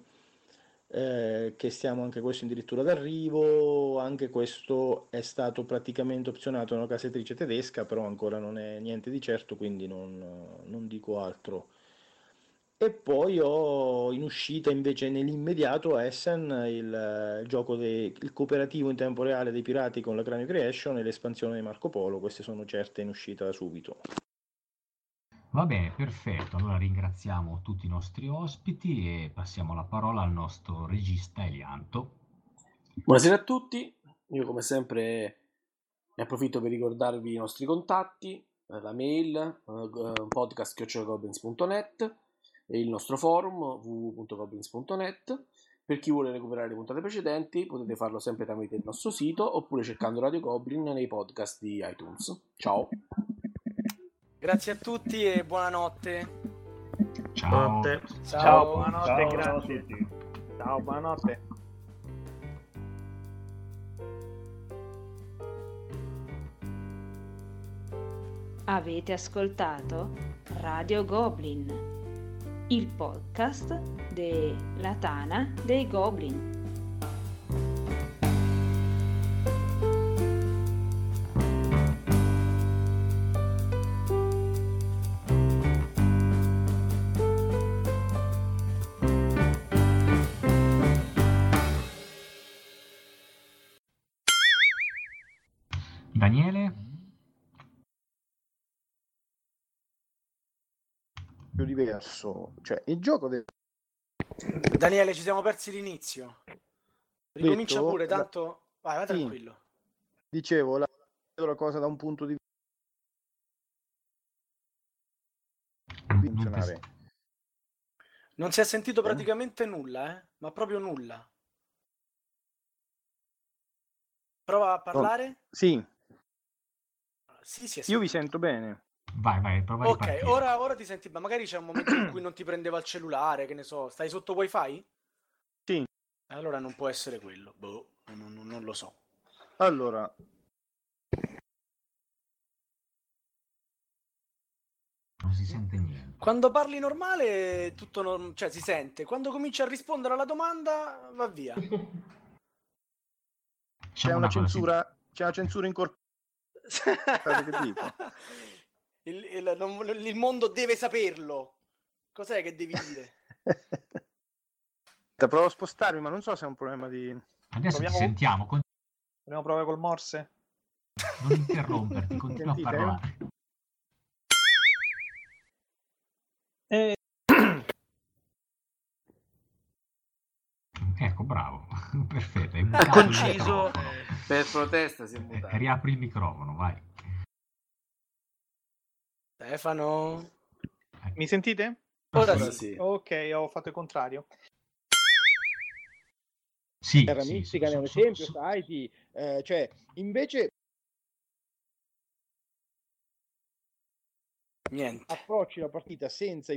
che stiamo anche questo addirittura d'arrivo. Anche questo è stato praticamente opzionato da una casa editrice tedesca, però ancora non è niente di certo, quindi non dico altro. E poi ho in uscita invece nell'immediato Essen, il gioco il cooperativo in tempo reale dei pirati con la Cranio Creation e l'espansione di Marco Polo. Queste sono certe in uscita da subito. Va bene, perfetto. Allora ringraziamo tutti i nostri ospiti e passiamo la parola al nostro regista Elianto. Buonasera a tutti, io come sempre ne approfitto per ricordarvi i nostri contatti, la mail podcast@goblins.net e il nostro forum www.goblins.net. Per chi vuole recuperare le puntate precedenti potete farlo sempre tramite il nostro sito oppure cercando Radio Goblin nei podcast di iTunes. Ciao! Grazie a tutti e buonanotte. Ciao. Ciao, buonanotte, Ciao, grazie. ciao a tutti. Ciao, buonanotte. Avete ascoltato Radio Goblin, il podcast della Tana dei Goblin. Daniele? Più diverso, cioè il gioco Daniele, ci siamo persi l'inizio. Ricomincia Detto, pure, tanto... Vai sì. tranquillo. dicevo la cosa da un punto di funzionare. Non si è sentito praticamente nulla, ma proprio nulla. Prova a parlare? Sì, Sì, sì, io vi sento bene. Vai, prova a Ok, ripartire. ora ti senti, ma magari c'è un momento in cui non ti prendeva il cellulare, che ne so, stai sotto wifi? Sì. Allora non può essere quello, non lo so. Allora, Non si sente niente. Quando parli normale tutto cioè si sente, quando cominci a rispondere alla domanda va via. c'è una censura incorporata. Che dico? Il mondo deve saperlo. Cos'è che devi dire? Provo a spostarmi, ma non so se è un problema di... Adesso Proviamo- ti sentiamo. Vogliamo provare col Morse? Non interromperti, continua a Sentite? parlare. Ecco, bravo. Perfetto. Hai mutato il Conciso. microfono. Per protesta si è mutato. Riapri il microfono, vai. Stefano? Mi sentite? Ora Ora sì. sì. Ok, ho fatto il contrario. Sì, Terra sì, Mistica sì, ne è un esempio, sai, cioè, invece Niente. approcci la partita senza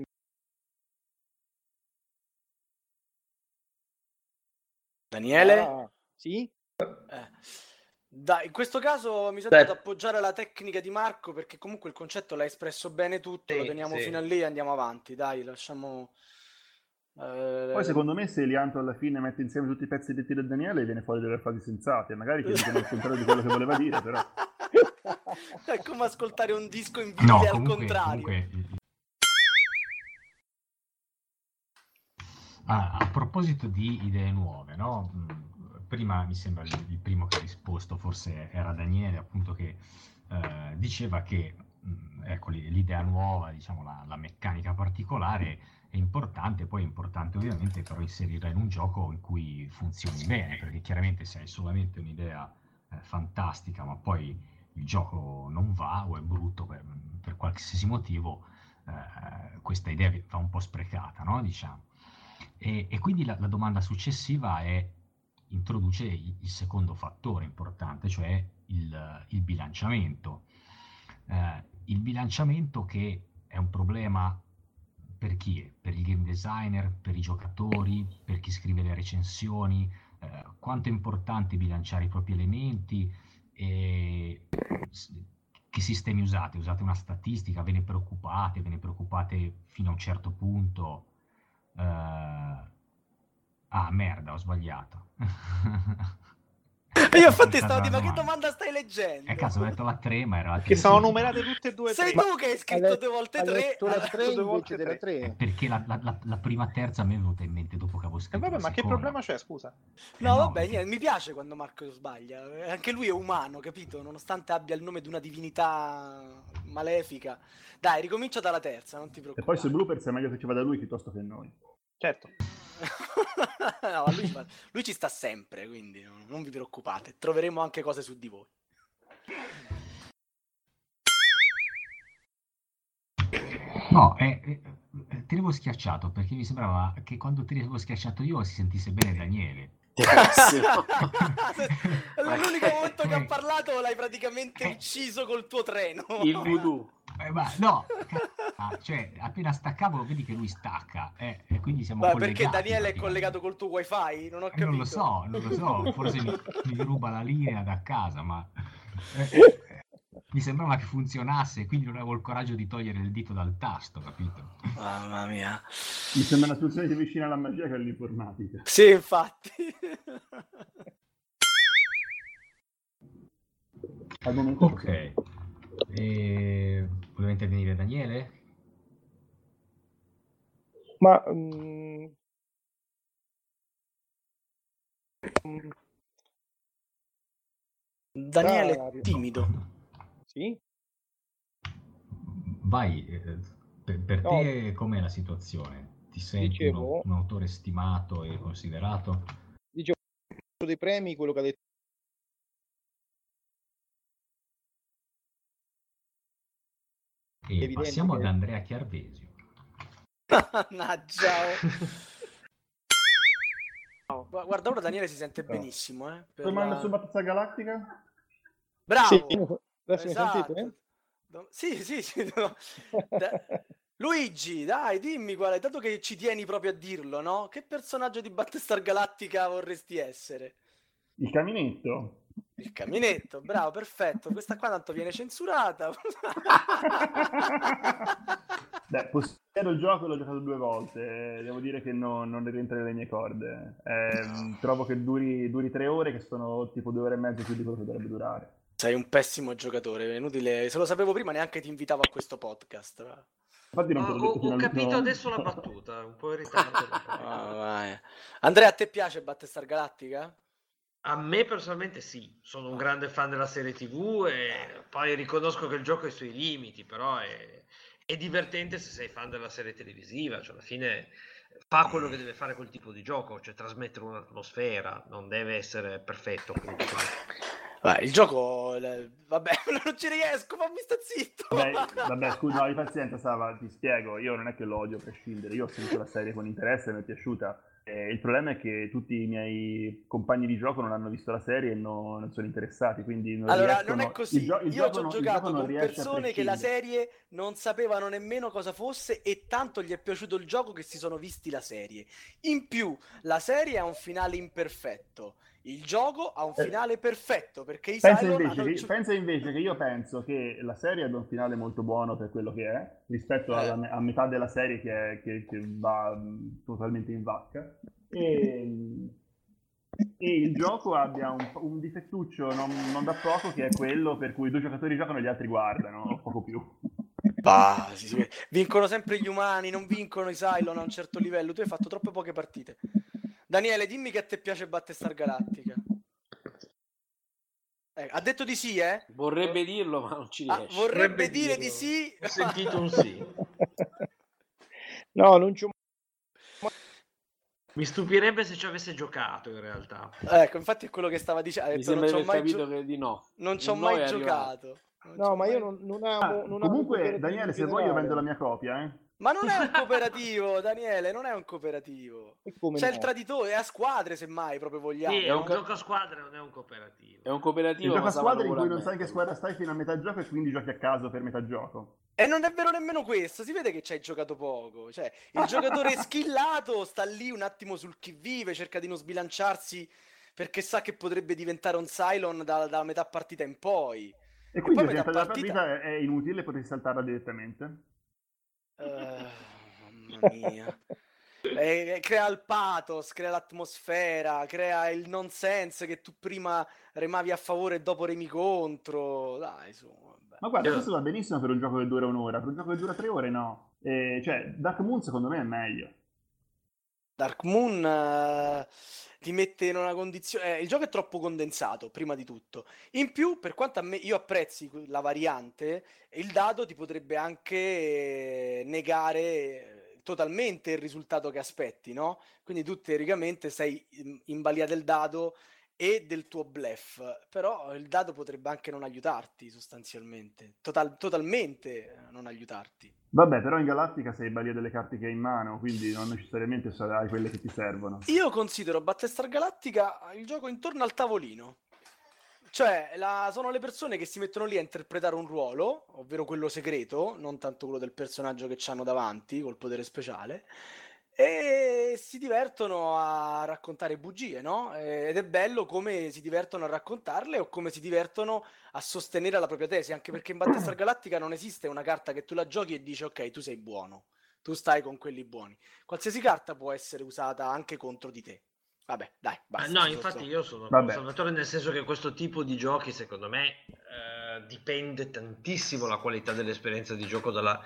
Daniele? Sì? Dai, in questo caso mi sento ad appoggiare la tecnica di Marco, perché comunque il concetto l'ha espresso bene tutto, lo teniamo fino a lì e andiamo avanti, dai, lasciamo... Poi secondo me se Lianto alla fine mette insieme tutti i pezzi detti da Daniele viene fuori delle frasi sensate, magari che dicono il contrario di quello che voleva dire, però... È come ascoltare un disco in vinile al contrario. Comunque... a proposito di idee nuove, no? Prima mi sembra il primo che ha risposto, forse era Daniele, appunto, che diceva che ecco, l'idea nuova, diciamo la meccanica particolare è importante, poi è importante ovviamente però inserirla in un gioco in cui funzioni bene, perché chiaramente se hai solamente un'idea fantastica ma poi il gioco non va o è brutto per qualsiasi motivo, questa idea va un po' sprecata, no? Diciamo. E quindi la domanda successiva introduce il secondo fattore importante, cioè il bilanciamento. Il bilanciamento che è un problema per chi è? Per il game designer, per i giocatori, per chi scrive le recensioni, quanto è importante bilanciare i propri elementi, e che sistemi usate? Usate una statistica, ve ne preoccupate fino a un certo punto? Merda, ho sbagliato. Io infatti stavo di ma che domanda stai leggendo? Caso ho detto la 3, ma era la 3. Che sono numerate tutte e due. Sei tu che hai scritto 2 volte 3. Letto la 3 invece della 3. Perché la prima terza mi è venuta in mente dopo che avevo scritto vabbè, ma seconda. che problema c'è, scusa? No, vabbè, niente, mi piace quando Marco sbaglia. Anche lui è umano, capito? Nonostante abbia il nome di una divinità malefica. Dai, ricomincia dalla terza, non ti preoccupare. E poi su Bloopers è meglio che ci vada lui piuttosto che noi. Certo. No, lui ci sta sempre, quindi non vi preoccupate, troveremo anche cose su di voi. No, tenevo schiacciato perché mi sembrava che quando tenevo schiacciato io si sentisse bene Daniele. L'unico momento che ha parlato l'hai praticamente ucciso col tuo treno. Il voodoo. Ma no, cioè appena staccavo vedi che lui stacca e quindi siamo collegati. Perché Daniele è collegato col tuo wifi? Non ho capito. Non lo so, forse mi ruba la linea da casa, ma mi sembrava che funzionasse, quindi non avevo il coraggio di togliere il dito dal tasto, capito? Mamma mia. Mi sembra una soluzione più vicina alla magia che all'informatica. Sì, infatti. Al momento ok. Voleva intervenire Daniele? Ma Daniele è timido. Sì? Vai, per te com'è la situazione? Ti senti un autore stimato e considerato? Dicevo, dei premi, quello che ha detto. E passiamo ad Andrea Chiarvesio. Mannaggia. Guarda, ora Daniele si sente benissimo. Domanda su Battista Galattica? Bravo. Sì, adesso esatto. mi sentite? Sì. Luigi, dai, dimmi qual è, dato che ci tieni proprio a dirlo, no? Che personaggio di Battlestar Galactica vorresti essere? Il caminetto. Il caminetto, bravo, perfetto. Questa qua tanto viene censurata. Beh, possiedo il gioco, l'ho giocato 2 volte. Devo dire che non rientra nelle mie corde. Trovo che duri 3 ore, che sono tipo 2 ore e mezza più di quello che dovrebbe durare. Sei un pessimo giocatore, è inutile. Se lo sapevo prima neanche ti invitavo a questo podcast. Infatti non ho capito adesso la battuta, un po' in ritardo. Andrea, a te piace Battlestar Galactica? A me personalmente sì, sono un grande fan della serie TV e poi riconosco che il gioco ha i suoi limiti, però è divertente se sei fan della serie televisiva, cioè alla fine fa quello che deve fare quel tipo di gioco, cioè trasmettere un'atmosfera, non deve essere perfetto. Il gioco, vabbè, non ci riesco, fammi sta zitto. Vabbè, scusa, no, di pazienza, Sava, ti spiego, io non è che lo odio a prescindere, io ho seguito la serie con interesse, mi è piaciuta. Il problema è che tutti i miei compagni di gioco non hanno visto la serie e non sono interessati, quindi non Allora, riescono... non è così. il Io gioco ci ho non giocato con riesce a persone che la prescindere. serie non sapevano nemmeno cosa fosse e tanto gli è piaciuto il gioco che si sono visti la serie. In più, la serie ha un finale imperfetto. Il gioco ha un finale perfetto perché i Pensa Cylon invece, hanno pensa invece che io penso che la serie abbia un finale molto buono per quello che è, rispetto a metà della serie che va totalmente in vacca, e il gioco abbia un difettuccio non da poco, che è quello per cui 2 giocatori giocano e gli altri guardano, o poco più. Bah, sì. Vincono sempre gli umani, non vincono i Cylon a un certo livello. Tu hai fatto troppe poche partite. Daniele, dimmi che a te piace Battlestar Galactica. Ha detto di sì, eh? Vorrebbe dirlo, ma non ci riesce. Vorrebbe dire di sì. Ho sentito un sì. No, non c'ho... Mi stupirebbe se ci avesse giocato in realtà. Ecco, infatti è quello che stava dicendo. Mi sembra di aver capito che di no. Non ci ho mai giocato. No, ma io non amo... Comunque, Daniele, se vuoi io vendo la mia copia, eh? Ma non è un cooperativo, Daniele, non è un cooperativo. C'è il traditore, è a squadre semmai, proprio vogliamo. Sì, è un gioco a squadre, non è un cooperativo. È un cooperativo, il gioco a squadre in cui non sai che squadra stai fino a metà gioco e quindi giochi a caso per metà gioco. E non è vero nemmeno questo, si vede che ci hai giocato poco. Cioè, il giocatore skillato sta lì un attimo sul chi vive, cerca di non sbilanciarsi perché sa che potrebbe diventare un Cylon dalla metà partita in poi. E quindi a metà partita è inutile, potresti saltarla direttamente. Mamma mia. Crea il pathos, crea l'atmosfera, crea il nonsense che tu prima remavi a favore e dopo remi contro. Dai, su, vabbè. Ma guarda, questo va benissimo per un gioco che dura un'ora, per un gioco che dura 3 ore no. Cioè, Dark Moon secondo me è meglio. Dark Moon ti mette in una condizione... il gioco è troppo condensato, prima di tutto. In più, per quanto a me io apprezzi la variante, il dado ti potrebbe anche negare totalmente il risultato che aspetti, no? Quindi tu teoricamente sei in balia del dado e del tuo bluff, però il dado potrebbe anche non aiutarti sostanzialmente, totalmente non aiutarti. Vabbè, però in Galactica sei in balia delle carte che hai in mano, quindi non necessariamente sarai quelle che ti servono. Io considero Battlestar Galactica il gioco intorno al tavolino. Cioè, sono le persone che si mettono lì a interpretare un ruolo, ovvero quello segreto, non tanto quello del personaggio che c'hanno davanti, col potere speciale, e si divertono a raccontare bugie, no? Ed è bello come si divertono a raccontarle o come si divertono a sostenere la propria tesi, anche perché in Battlestar Galactica non esiste una carta che tu la giochi e dici ok, tu sei buono, tu stai con quelli buoni. Qualsiasi carta può essere usata anche contro di te. Vabbè, dai, basta. No, infatti io sono conservatore, nel senso che questo tipo di giochi, secondo me, dipende tantissimo la qualità dell'esperienza di gioco da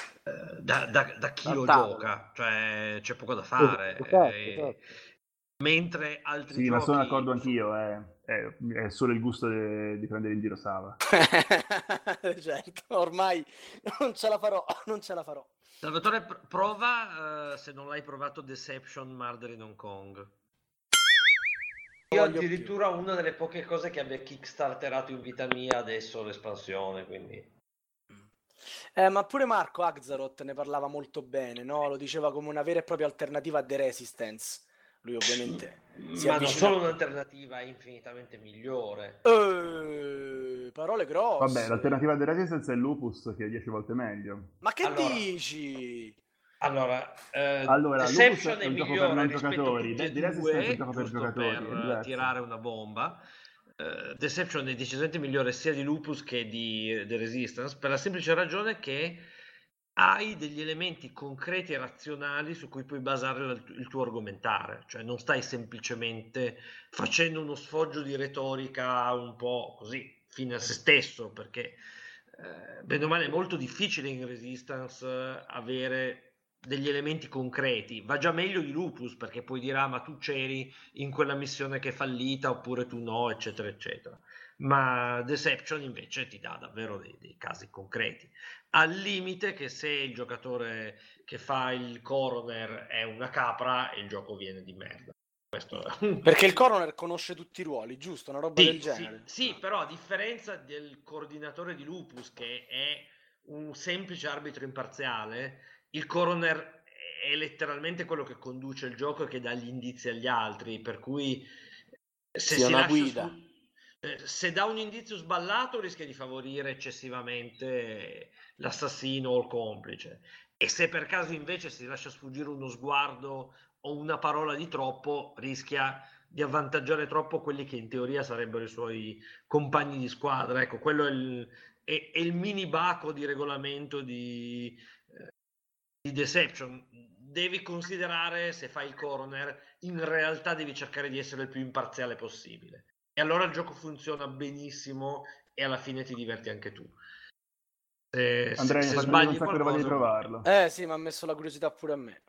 chi lo gioca, cioè c'è poco da fare. Esatto. Mentre altri giochi... Sì, ma sono d'accordo anch'io, è solo il gusto di prendere in giro Sava. Certo, ormai non ce la farò. Salvatore, prova, se non l'hai provato, Deception Murder in Hong Kong. Io addirittura una delle poche cose che abbia kickstarterato in vita mia adesso l'espansione, quindi... Ma pure Marco Axaroth ne parlava molto bene, no? Lo diceva come una vera e propria alternativa a The Resistance. Lui ovviamente ma non solo un'alternativa, è infinitamente migliore. Parole grosse. Vabbè, l'alternativa a The Resistance è Lupus, che è 10 volte meglio. Ma che dici? Allora Deception è un gioco migliore per non rispetto giocatori. a tutti The Resistance è un gioco per giocatori, per tirare una bomba. Deception è decisamente migliore sia di Lupus che di The Resistance, per la semplice ragione che hai degli elementi concreti e razionali su cui puoi basare il tuo argomentare, cioè non stai semplicemente facendo uno sfoggio di retorica un po' così, fine a se stesso, perché bene o male è molto difficile in Resistance avere degli elementi concreti. Va già meglio di Lupus, perché poi dirà ma tu c'eri in quella missione che è fallita oppure tu no, eccetera eccetera. Ma Deception invece ti dà davvero dei casi concreti, al limite che se il giocatore che fa il coroner è una capra, il gioco viene di merda. Perché il coroner conosce tutti i ruoli, giusto? Una roba del genere. Sì, però a differenza del coordinatore di Lupus, che è un semplice arbitro imparziale, il coroner è letteralmente quello che conduce il gioco e che dà gli indizi agli altri, per cui se Sia si una lascia guida. se dà un indizio sballato rischia di favorire eccessivamente l'assassino o il complice, e se per caso invece si lascia sfuggire uno sguardo o una parola di troppo rischia di avvantaggiare troppo quelli che in teoria sarebbero i suoi compagni di squadra. Ecco, quello è il mini baco di regolamento di Deception. Devi considerare, se fai il coroner, in realtà devi cercare di essere il più imparziale possibile, e allora il gioco funziona benissimo e alla fine ti diverti anche tu. Andrea, mi Se fa venire un sbagli sacco di roba di qualcosa, provarlo. Sì, mi ha messo la curiosità pure a me.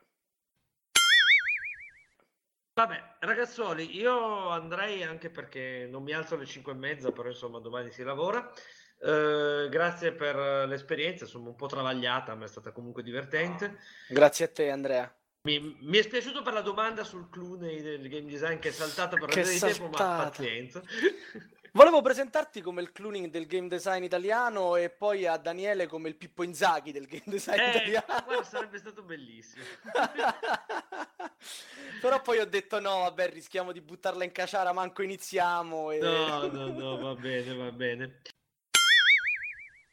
vabbè, ragazzuoli, io andrei, anche perché non mi alzo alle 5:30, però insomma domani si lavora. Grazie per l'esperienza, insomma un po' travagliata, ma è stata comunque divertente. Grazie a te, Andrea. Mi è spiaciuto per la domanda sul Clooney del game design, che è saltata per Che ragioni di tempo, ma saltata. pazienza. Volevo presentarti come il Clooney del game design italiano e poi a Daniele come il Pippo Inzaghi del game design italiano. Guarda, sarebbe stato bellissimo. Però poi ho detto no, vabbè, rischiamo di buttarla in caciara, manco iniziamo. No, va bene, va bene.